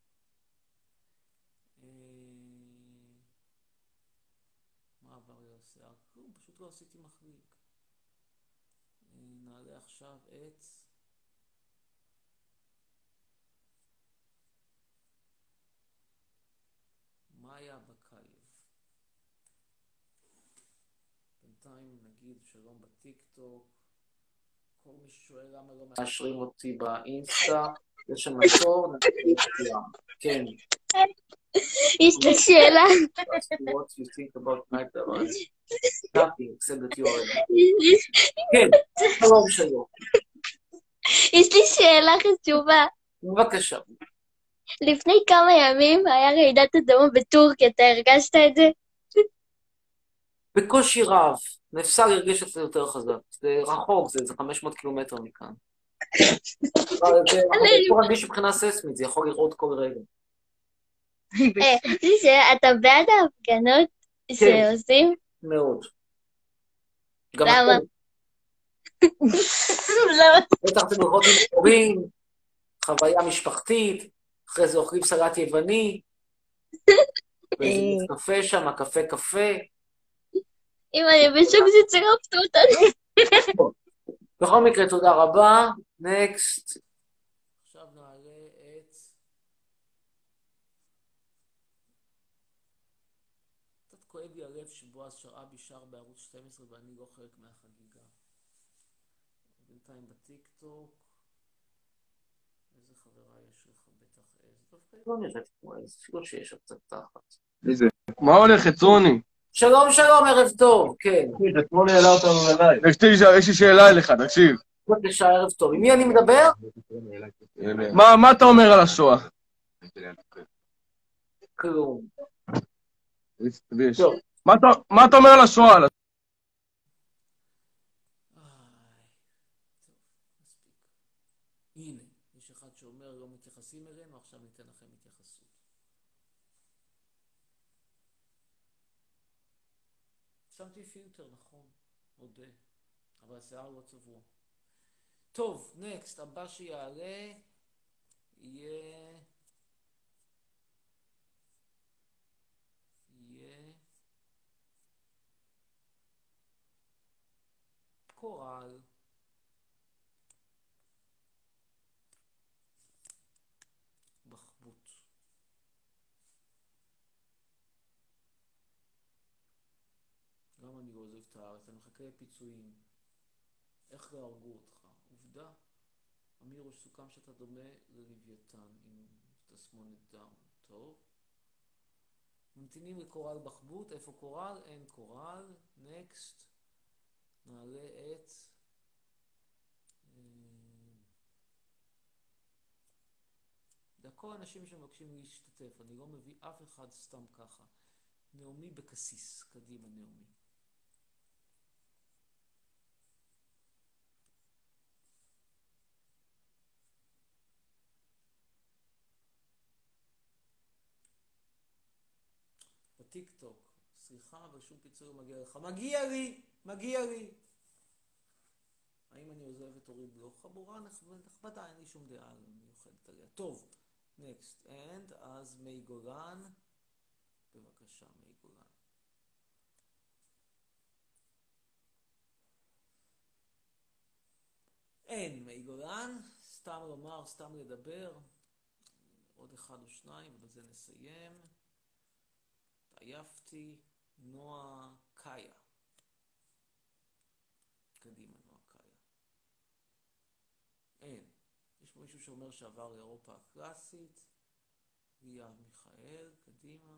מה עבר לי עושה? פשוט לא עשיתי מחליק. נעלה עכשיו את... מאיה בקייב. בינתיים נגיד שלום בטיקטוק. כל מי ששואל למה לא מאשרים אותי באינסטה, יש שם תור, כן. יש לי שאלה. What you think about night arise? Nothing, except that you are... כן, שלום שלום. יש לי שאלה חשובה. בבקשה. לפני כמה ימים היה רעידת אדמה בטורקיה, אתה הרגשת את זה? בקושי רב. נפסל הרגיש את זה יותר חזק. זה רחוק, זה 500 קילומטר מכאן. זה יכול להרגיש מבחינה ססמית, זה יכול לראות כל רגע. אתה בעד ההפגנות שעושים? מאוד. למה? בטח אתם לראות עם הורים, חוויה משפחתית, אחרי זה אוכלים סלט יווני, ואיזה קפה שם, קפה. אם אני בשוק שצירפת אותנו. בכל מקרה, תודה רבה. נקסט. עכשיו נעלה את... קצת כואב לי הלב שבועז שרעבי שר בערוץ 12 ואני לא חלק מהחגיגה. בינתיים בטיקטוק. איזה חברה יש לך בטח איזה? דווקא לא נראית כמו איזה, אפילו שיש קצת תחת. איזה? מה הולך, חצרוני? שלום, ערב טוב, כן. אתמול העלה אותנו ללייב. יש לי שאלה אליך, תקשיב. בבקשה, ערב טוב. עם מי אני מדבר? מה אתה אומר על השואה? כלום. מה אתה אומר על השואה? הנה, יש אחד שאומר לא מתייחסים אלינו, עכשיו ניתן לכם התייחסות. שמתי פילטר, נכון, מודה, אבל השיער לא צבוע. טוב, נקסט, הבא שיעלה יהיה קורל. בחבוט. גם אני לא עוזב את הארץ, אני מחכה לפיצויים. איך לא הרגו אותך? עובדה. אמיר, סוכם שאתה דומה ללוויתן עם תסמונת דאון. טוב. ממתינים לקורל בחבוט. איפה קורל? אין קורל. נקסט. נעלה את... זה הכל אנשים שמבקשים להשתתף. אני לא מביא אף אחד סתם ככה. נעמי בקסיס. קדימה, נעמי. בטיק טוק. סליחה, אבל שום פיצוי לא מגיע לך. מגיע לי! מגיע לי! האם אני עוזב את אורית בלוך? חבורה נכבדה, אין לי שום דעה מיוחדת עליה. טוב, next. and, אז מי גולן. בבקשה, מי גולן. אין מי גולן. סתם לומר, סתם לדבר. עוד אחד או שניים, ובזה נסיים. עייפתי. נועה קאיה. קדימה, נועה קאיה. אין. יש מישהו שאומר שעבר לאירופה הקלאסית. ליאב מיכאל, קדימה.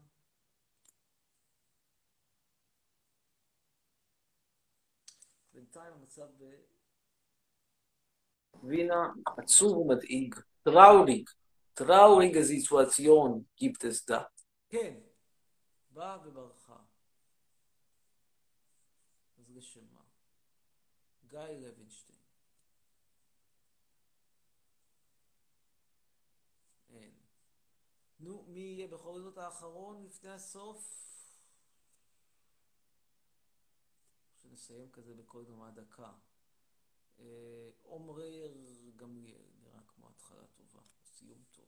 בינתיים המצב בווינה עצוב ומדאיג. טראורige Situation gibt es da. כן, באה וברחה. אז לשם מה? גיא לוינשטיין. אין. נו, מי יהיה בכל זאת האחרון לפני הסוף? שנסיים כזה בכל דומה דקה. עומרי גמליאל, נראה כמו התחלה טובה, סיום טוב.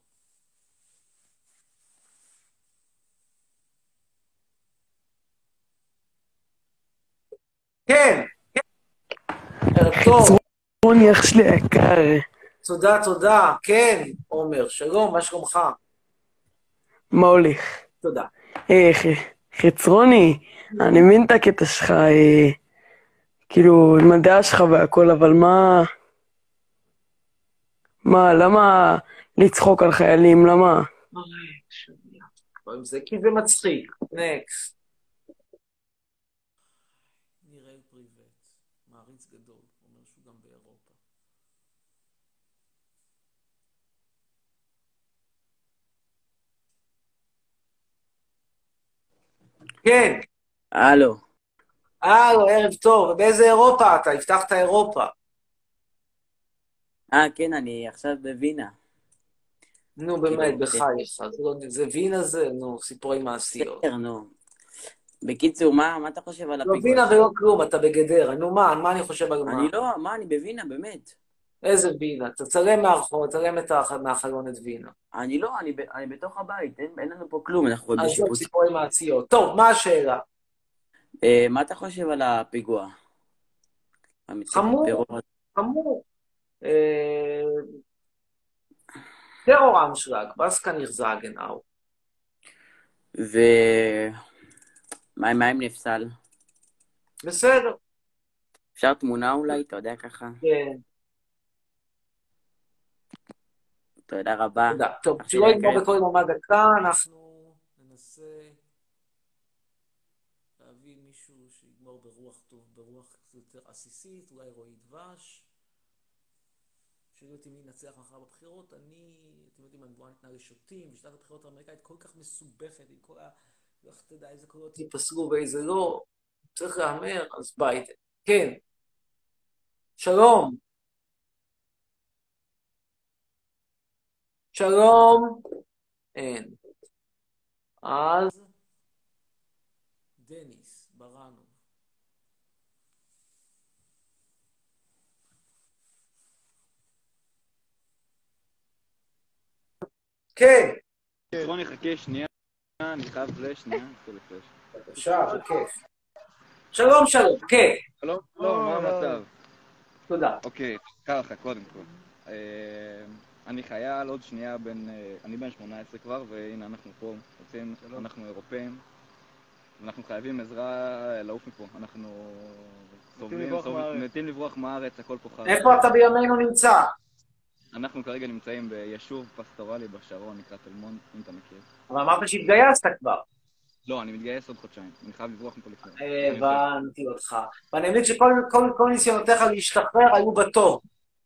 כן! ערב טוב. רוני אח שלי היקר. תודה. כן, עומר, שלום, מה שלומך? מה הולך? תודה. חצרוני, אני מבין את הקטע שלך, כאילו, עם הדעה שלך והכל, אבל למה לצחוק על חיילים? למה? זה כי זה מצחיק. נקסט. נראה פריבט, מעריץ גדול, אומר שהוא גם באירופה. כן. הלו, ערב טוב. ובאיזה אירופה אתה? הבטחת אירופה. כן, אני עכשיו בווינה. נו, באמת, בחייך. זה וינה זה, נו, סיפורי מעשיות. בסדר, נו. בקיצור, מה אתה חושב על הפיגוע? לא וינה ולא כלום, אתה בגדרה. נו, מה אני חושב על מה? אני לא, אני בווינה, באמת. איזה וינה? תצלם מהחלון, תצלם מהחלון את וינה. אני לא, אני בתוך הבית, אין לנו פה כלום, אנחנו עוד אז בשיפוץ. זה סיפורי מעשיות. טוב, מה השאלה? מה אתה חושב על הפיגוע? חמור. טרור אנשלג, was kann ich sagen auch. מה עם נפסל? בסדר. אפשר תמונה אולי? אתה יודע ככה? כן. תודה רבה. תודה. טוב, שלא יגמור בכל יום דקה, אנחנו ננסה להביא מישהו שיגמור ברוח טוב, ברוח יותר עסיסית, אולי רועי דבש. שאלו אותי מי ינצח מחר בבחירות, אתם יודעים, הנבואה ניתנה לשוטים, ושיטת הבחירות האמריקאית כל כך מסובכת, עם כל איך תדע איזה קולות ייפסלו ואיזה לא, צריך להאמר, אז ביידן. כן. שלום. אין. אז דניס, ברנו. כן. רוני, חכה שנייה, אני חייב פלש, שנייה, בבקשה, בכיף. שלום, כן. שלום, מה המצב? תודה. אוקיי, ככה, קודם כל. אני חייל, עוד שנייה אני בן 18 כבר, והנה אנחנו פה, אנחנו אירופאים, אנחנו חייבים עזרה לעוף מפה, אנחנו מתים לברוח מהארץ, הכל פה חרא. איפה אתה בימינו נמצא? אנחנו כרגע נמצאים ביישוב פסטורלי בשרון, נקרא תלמון, אם אתה מכיר. אבל אמרת שהתגייסת כבר. לא, אני מתגייס עוד חודשיים, אני חייב לברוח מפה לפני. הבנתי אותך. ואני מבין שכל ניסיונותיך להשתחרר היו בתור.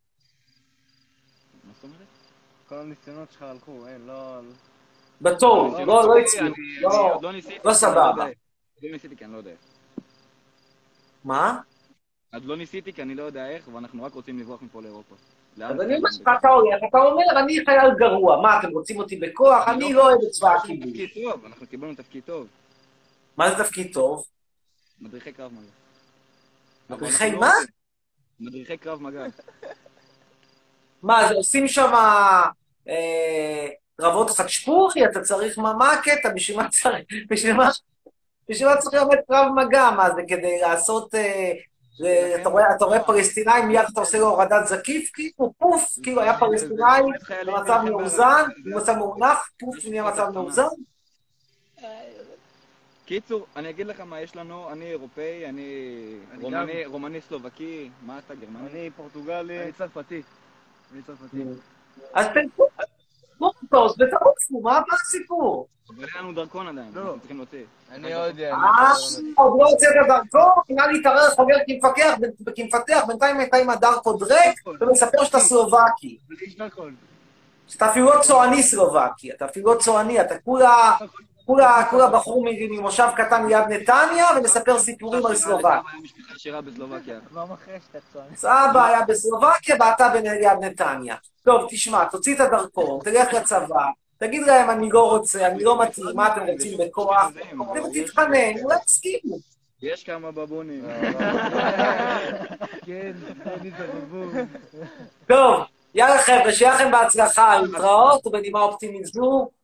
מה זאת אומרת? כל הניסיונות שלך הלכו, לא... בתור, לא הצליח, לא סבבה. לא ניסיתי כי אני לא יודע איך. מה? אז לא ניסיתי כי אני לא יודע איך, ואנחנו רק רוצים לברוח מפה לאירופה. אז אני אומר לך, אתה אומר, אני חייל גרוע, מה, אתם רוצים אותי בכוח? אני לא אוהב את צבא הכיבוש. אנחנו קיבלנו תפקיד טוב. מה זה תפקיד טוב? מדריכי קרב מגע. מדריכי מה? מדריכי קרב מגע. מה, זה עושים שם קרבות חצ'פורי? אתה צריך מה הקטע? בשביל מה צריך ללמד קרב מגע? מה זה כדי לעשות... אתה רואה פלסטינאי, מיד אתה עושה לו הורדת זקיף, כאילו פוף, כאילו היה פלסטינאי במצב מאוזן, במצב מאונח, פוף, נהיה מצב מאוזן. קיצור, אני אגיד לך מה יש לנו, אני אירופאי, אני רומני סלובקי, מה אתה גרמני? אני פורטוגלי. אני צרפתי. אז תעוץ ותעוצו, מה הסיפור? אבל אין לנו דרכון עדיין, אנחנו צריכים להוציא. אני עוד... עוד לא הוצאת הדרכון? נראה לי תראה חבר כמפתח, בינתיים הייתה עם הדרכון ריק, ומספר שאתה סלובקי. שאתה אפילו לא צועני סלובקי, אתה אפילו לא צועני, אתה כולה בחור ממושב קטן ליד נתניה, ומספר סיפורים על סלובקיה. משפחה עשירה בסלובקיה. סבא היה בסלובקיה, ואתה ליד נתניה. טוב, תשמע, תוציא את הדרכון, תלך לצבא, תגיד להם, אני לא רוצה, אני לא מתאים, מה אתם רוצים בכוח? ותתחנן, אולי תסכימו. יש כמה בבונים. כן, תן את הבבון. טוב, יאללה חבר'ה, שיהיה לכם בהצלחה, להתראות, ובנימה אופטימית זו.